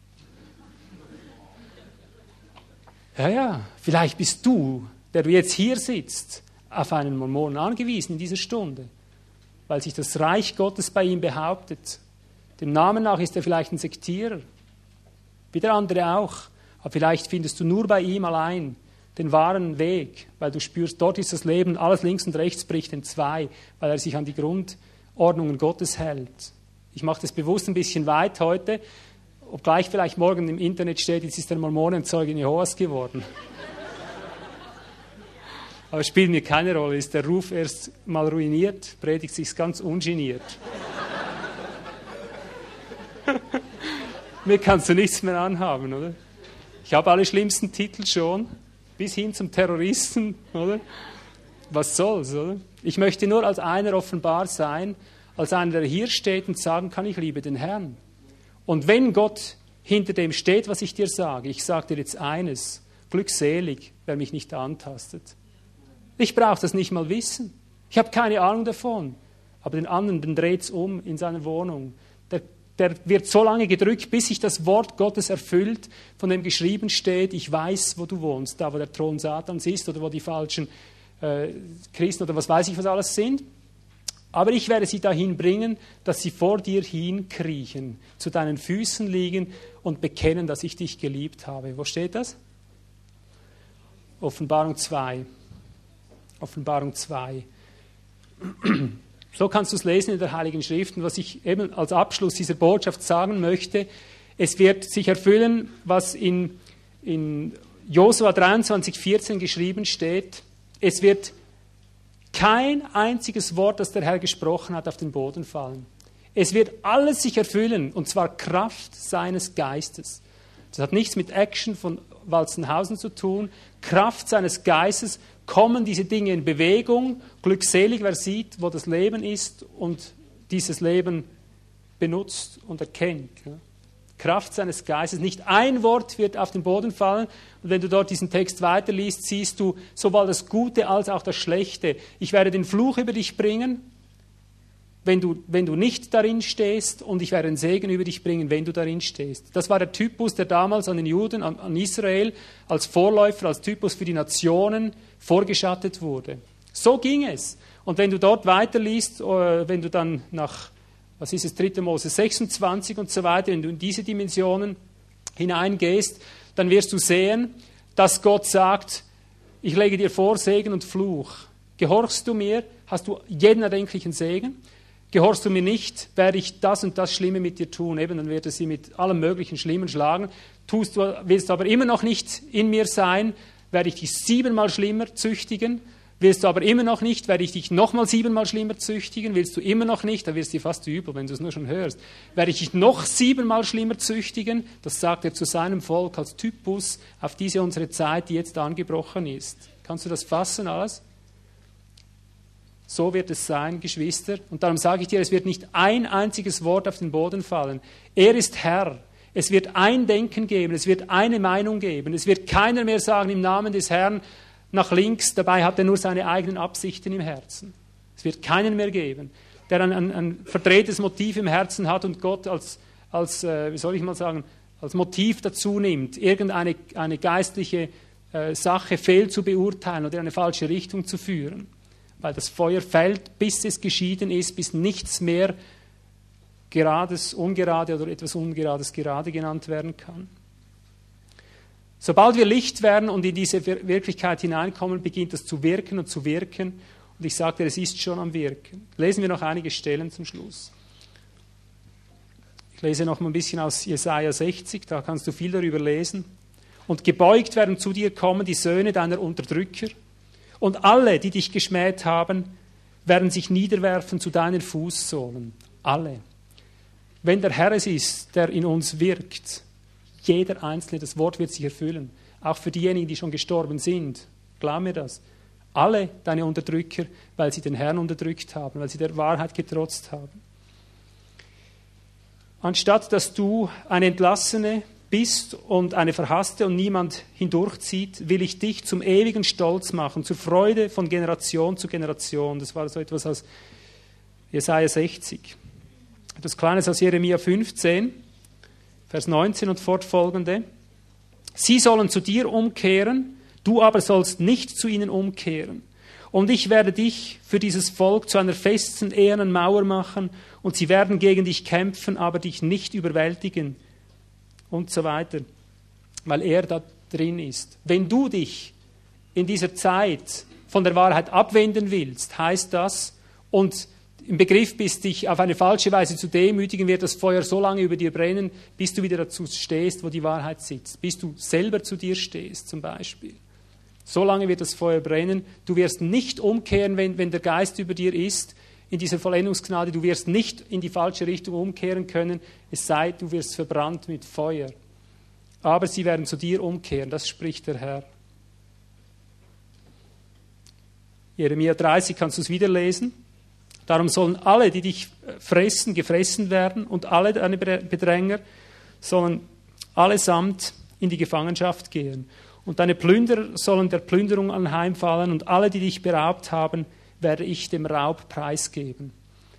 Ja, vielleicht bist du, der du jetzt hier sitzt, auf einen Mormonen angewiesen in dieser Stunde, weil sich das Reich Gottes bei ihm behauptet. Dem Namen nach ist er vielleicht ein Sektierer, wie der andere auch. Aber vielleicht findest du nur bei ihm allein den wahren Weg, weil du spürst, dort ist das Leben, alles links und rechts bricht in zwei, weil er sich an die Grundordnungen Gottes hält. Ich mache das bewusst ein bisschen weit heute, obgleich vielleicht morgen im Internet steht, jetzt ist der Mormone ein Zeugen Jehovas geworden. Aber es spielt mir keine Rolle, ist der Ruf erst mal ruiniert, predigt sich ganz ungeniert. Mir kannst du nichts mehr anhaben, oder? Ich habe alle schlimmsten Titel schon, bis hin zum Terroristen, oder? Was soll's, oder? Ich möchte nur als einer offenbar sein, als einer, der hier steht und sagen kann, ich liebe den Herrn. Und wenn Gott hinter dem steht, was ich dir sage, ich sage dir jetzt eines, glückselig, wer mich nicht antastet. Ich brauche das nicht mal wissen. Ich habe keine Ahnung davon. Aber den anderen, den dreht es um in seiner Wohnung. Der wird so lange gedrückt, bis sich das Wort Gottes erfüllt, von dem geschrieben steht, ich weiß, wo du wohnst, da wo der Thron Satans ist oder wo die falschen Christen oder was weiß ich, was alles sind. Aber ich werde sie dahin bringen, dass sie vor dir hinkriechen, zu deinen Füßen liegen und bekennen, dass ich dich geliebt habe. Wo steht das? Offenbarung 2. Offenbarung 2. So kannst du es lesen in der Heiligen Schrift. Und was ich eben als Abschluss dieser Botschaft sagen möchte, es wird sich erfüllen, was in Josua 23,14 geschrieben steht. Es wird kein einziges Wort, das der Herr gesprochen hat, auf den Boden fallen. Es wird alles sich erfüllen, und zwar Kraft seines Geistes. Das hat nichts mit Action von Walzenhausen zu tun. Kraft seines Geistes kommen diese Dinge in Bewegung. Glückselig, wer sieht, wo das Leben ist und dieses Leben benutzt und erkennt. Ja. Kraft seines Geistes. Nicht ein Wort wird auf den Boden fallen. Und wenn du dort diesen Text weiterliest, siehst du sowohl das Gute als auch das Schlechte. Ich werde den Fluch über dich bringen, wenn du nicht darin stehst, und ich werde einen Segen über dich bringen, wenn du darin stehst. Das war der Typus, der damals an den Juden, an Israel, als Vorläufer, als Typus für die Nationen vorgeschattet wurde. So ging es. Und wenn du dort weiterliest, wenn du dann nach, 3. Mose 26 und so weiter, wenn du in diese Dimensionen hineingehst, dann wirst du sehen, dass Gott sagt, ich lege dir vor Segen und Fluch. Gehorchst du mir, hast du jeden erdenklichen Segen. Gehorchst du mir nicht, werde ich das und das Schlimme mit dir tun. Eben, dann wird er sie mit allem möglichen Schlimmen schlagen. Willst du aber immer noch nicht in mir sein, werde ich dich 7-mal schlimmer züchtigen. Willst du aber immer noch nicht, werde ich dich nochmal 7-mal schlimmer züchtigen. Willst du immer noch nicht, dann wirst du dir fast übel, wenn du es nur schon hörst. Werde ich dich noch 7-mal schlimmer züchtigen. Das sagt er zu seinem Volk als Typus auf diese unsere Zeit, die jetzt angebrochen ist. Kannst du das fassen alles? So wird es sein, Geschwister. Und darum sage ich dir, es wird nicht ein einziges Wort auf den Boden fallen. Er ist Herr. Es wird ein Denken geben, es wird eine Meinung geben. Es wird keiner mehr sagen im Namen des Herrn, nach links, dabei hat er nur seine eigenen Absichten im Herzen. Es wird keinen mehr geben, der ein verdrehtes Motiv im Herzen hat und Gott als wie soll ich mal sagen, als Motiv dazu nimmt, irgendeine eine geistliche Sache fehl zu beurteilen oder in eine falsche Richtung zu führen. Weil das Feuer fällt, bis es geschieden ist, bis nichts mehr Gerades, Ungerade oder etwas Ungerades gerade genannt werden kann. Sobald wir Licht werden und in diese Wirklichkeit hineinkommen, beginnt das zu wirken und zu wirken. Und ich sagte, es ist schon am Wirken. Lesen wir noch einige Stellen zum Schluss. Ich lese noch mal ein bisschen aus Jesaja 60, da kannst du viel darüber lesen. Und gebeugt werden zu dir kommen die Söhne deiner Unterdrücker. Und alle, die dich geschmäht haben, werden sich niederwerfen zu deinen Fußsohlen. Alle. Wenn der Herr es ist, der in uns wirkt, jeder Einzelne, das Wort wird sich erfüllen. Auch für diejenigen, die schon gestorben sind. Glaub mir das. Alle deine Unterdrücker, weil sie den Herrn unterdrückt haben, weil sie der Wahrheit getrotzt haben. Anstatt dass du eine Entlassene bist und eine Verhasste und niemand hindurchzieht, will ich dich zum ewigen Stolz machen, zur Freude von Generation zu Generation. Das war so etwas aus Jesaja 60. Etwas Kleines aus Jeremia 15, Vers 19 und fortfolgende. Sie sollen zu dir umkehren, du aber sollst nicht zu ihnen umkehren. Und ich werde dich für dieses Volk zu einer festen, ehernen Mauer machen und sie werden gegen dich kämpfen, aber dich nicht überwältigen und so weiter, weil er da drin ist. Wenn du dich in dieser Zeit von der Wahrheit abwenden willst, heißt das, und im Begriff bist, dich auf eine falsche Weise zu demütigen, wird das Feuer so lange über dir brennen, bis du wieder dazu stehst, wo die Wahrheit sitzt, bis du selber zu dir stehst zum Beispiel. So lange wird das Feuer brennen. Du wirst nicht umkehren, wenn der Geist über dir ist, in dieser Vollendungsgnade. Du wirst nicht in die falsche Richtung umkehren können, es sei, du wirst verbrannt mit Feuer. Aber sie werden zu dir umkehren, das spricht der Herr. Jeremia 30 kannst du es wieder lesen. Darum sollen alle, die dich fressen, gefressen werden und alle deine Bedränger sollen allesamt in die Gefangenschaft gehen. Und deine Plünderer sollen der Plünderung anheimfallen und alle, die dich beraubt haben, werde ich dem Raub preisgeben.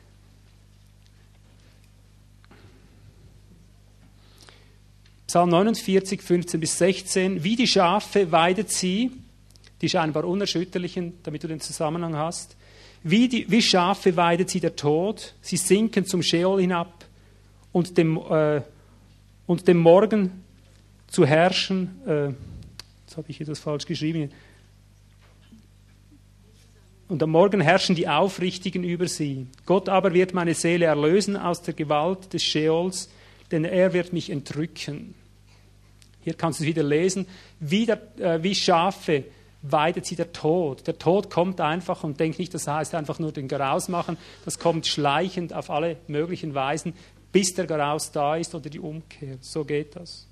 Psalm 49, 15 bis 16. Wie die Schafe weidet sie, die scheinbar unerschütterlichen, damit du den Zusammenhang hast. Wie Schafe weidet sie der Tod, sie sinken zum Scheol hinab und dem Morgen zu herrschen. Jetzt habe ich etwas falsch geschrieben. Und am Morgen herrschen die Aufrichtigen über sie. Gott aber wird meine Seele erlösen aus der Gewalt des Scheols, denn er wird mich entrücken. Hier kannst du es wieder lesen. Wie Schafe weidet sie der Tod. Der Tod kommt einfach und denk nicht, das heißt einfach nur den Garaus machen. Das kommt schleichend auf alle möglichen Weisen, bis der Garaus da ist oder die Umkehr. So geht das.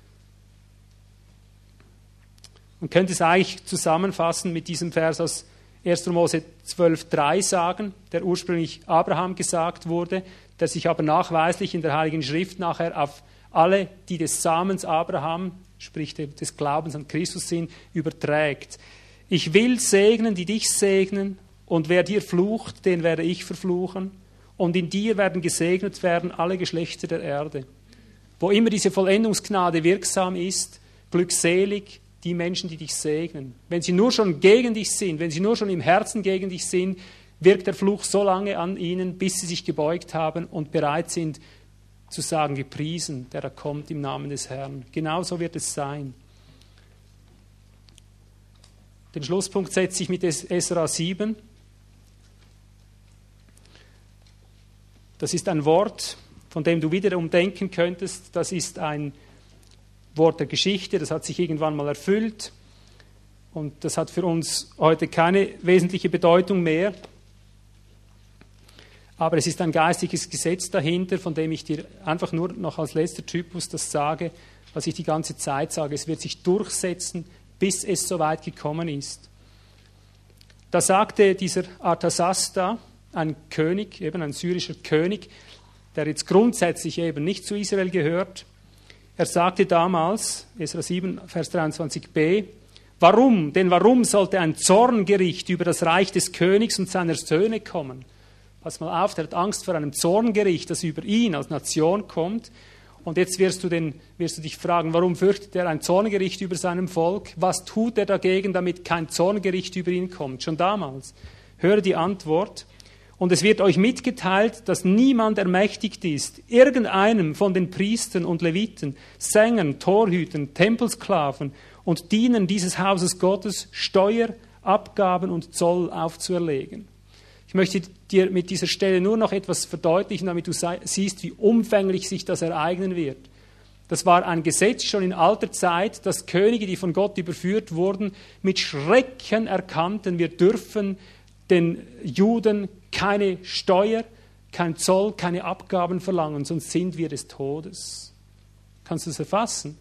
Man könnte es eigentlich zusammenfassen mit diesem Vers aus 1. Mose 12,3 sagen, der ursprünglich Abraham gesagt wurde, der sich aber nachweislich in der Heiligen Schrift nachher auf alle, die des Samens Abraham, sprich des Glaubens an Christus sind, überträgt. Ich will segnen, die dich segnen, und wer dir flucht, den werde ich verfluchen, und in dir werden gesegnet werden alle Geschlechter der Erde. Wo immer diese Vollendungsgnade wirksam ist, glückselig die Menschen, die dich segnen. Wenn sie nur schon gegen dich sind, wenn sie nur schon im Herzen gegen dich sind, wirkt der Fluch so lange an ihnen, bis sie sich gebeugt haben und bereit sind zu sagen, gepriesen, der da kommt im Namen des Herrn. Genauso wird es sein. Den Schlusspunkt setze ich mit Esra 7. Das ist ein Wort, von dem du wiederum denken könntest, das ist ein Wort der Geschichte, das hat sich irgendwann mal erfüllt und das hat für uns heute keine wesentliche Bedeutung mehr. Aber es ist ein geistliches Gesetz dahinter, von dem ich dir einfach nur noch als letzter Typus das sage, was ich die ganze Zeit sage. Es wird sich durchsetzen, bis es soweit gekommen ist. Da sagte dieser Artasasta, ein König, eben ein syrischer König, der jetzt grundsätzlich eben nicht zu Israel gehört, er sagte damals, Esra 7, Vers 23b, Warum? Denn warum sollte ein Zorngericht über das Reich des Königs und seiner Söhne kommen? Pass mal auf, der hat Angst vor einem Zorngericht, das über ihn als Nation kommt. Und jetzt wirst du dich fragen, warum fürchtet er ein Zorngericht über seinem Volk? Was tut er dagegen, damit kein Zorngericht über ihn kommt? Schon damals. Höre die Antwort. Und es wird euch mitgeteilt, dass niemand ermächtigt ist, irgendeinem von den Priestern und Leviten, Sängern, Torhütern, Tempelsklaven und Dienern dieses Hauses Gottes Steuer, Abgaben und Zoll aufzuerlegen. Ich möchte dir mit dieser Stelle nur noch etwas verdeutlichen, damit du siehst, wie umfänglich sich das ereignen wird. Das war ein Gesetz schon in alter Zeit, dass Könige, die von Gott überführt wurden, mit Schrecken erkannten, wir dürfen den Juden keine Steuer, kein Zoll, keine Abgaben verlangen, sonst sind wir des Todes. Kannst du das erfassen?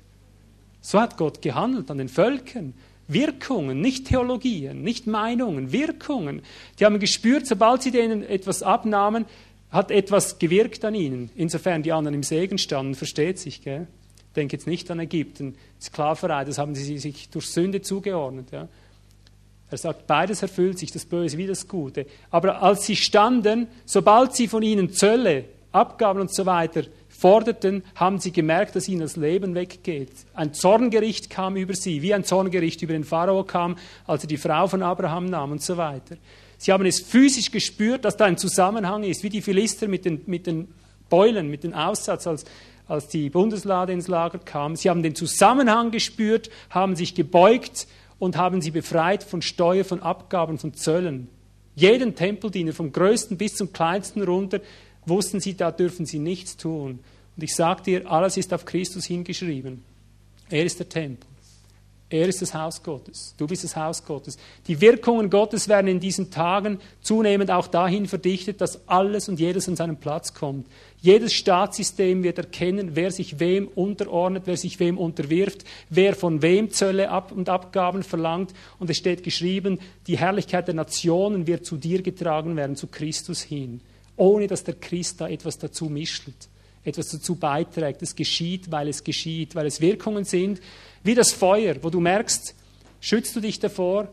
So hat Gott gehandelt an den Völkern. Wirkungen, nicht Theologien, nicht Meinungen, Wirkungen. Die haben gespürt, sobald sie denen etwas abnahmen, hat etwas gewirkt an ihnen. Insofern die anderen im Segen standen, versteht sich, gell? Denk jetzt nicht an Ägypten, Sklaverei, das haben sie sich durch Sünde zugeordnet. Ja? Er sagt, beides erfüllt sich, das Böse wie das Gute. Aber als sie standen, sobald sie von ihnen Zölle, Abgaben und so weiter forderten, haben sie gemerkt, dass ihnen das Leben weggeht. Ein Zorngericht kam über sie, wie ein Zorngericht über den Pharao kam, als er die Frau von Abraham nahm und so weiter. Sie haben es physisch gespürt, dass da ein Zusammenhang ist, wie die Philister mit den Beulen, mit dem Aussatz, als die Bundeslade ins Lager kam. Sie haben den Zusammenhang gespürt, haben sich gebeugt und haben sie befreit von Steuer, von Abgaben, von Zöllen. Jeden Tempeldiener, vom größten bis zum kleinsten runter, wussten sie, da dürfen sie nichts tun. Und ich sage dir, alles ist auf Christus hingeschrieben. Er ist der Tempel. Er ist das Haus Gottes. Du bist das Haus Gottes. Die Wirkungen Gottes werden in diesen Tagen zunehmend auch dahin verdichtet, dass alles und jedes an seinen Platz kommt. Jedes Staatssystem wird erkennen, wer sich wem unterordnet, wer sich wem unterwirft, wer von wem Zölle und Abgaben verlangt. Und es steht geschrieben, die Herrlichkeit der Nationen wird zu dir getragen werden, zu Christus hin. Ohne dass der Christ da etwas dazu mischt, etwas dazu beiträgt. Es geschieht, weil es Wirkungen sind, wie das Feuer, wo du merkst, schützt du dich davor,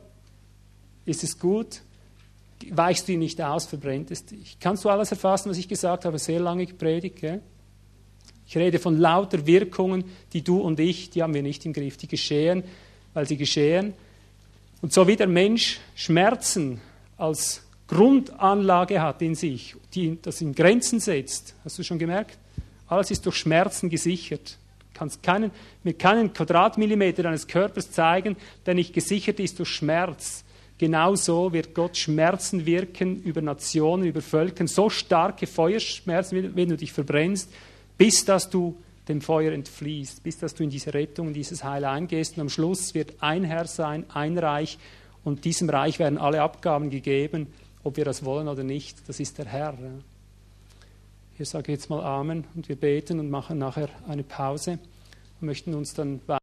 ist es gut, weichst du ihn nicht aus, verbrennt es dich. Kannst du alles erfassen, was ich gesagt habe? Sehr lange gepredigt, gell? Ich rede von lauter Wirkungen, die du und ich, die haben wir nicht im Griff, die geschehen, weil sie geschehen. Und so wie der Mensch Schmerzen als Grundanlage hat in sich, die das in Grenzen setzt. Hast du schon gemerkt? Alles ist durch Schmerzen gesichert. Du kannst mir keinen Quadratmillimeter deines Körpers zeigen, der nicht gesichert ist durch Schmerz. Genauso wird Gott Schmerzen wirken über Nationen, über Völkern, so starke Feuerschmerzen, wenn du dich verbrennst, bis dass du dem Feuer entfliehst, bis dass du in diese Rettung, in dieses Heil eingehst. Und am Schluss wird ein Herr sein, ein Reich, und diesem Reich werden alle Abgaben gegeben, ob wir das wollen oder nicht, das ist der Herr. Ich sage jetzt mal Amen und wir beten und machen nachher eine Pause und möchten uns dann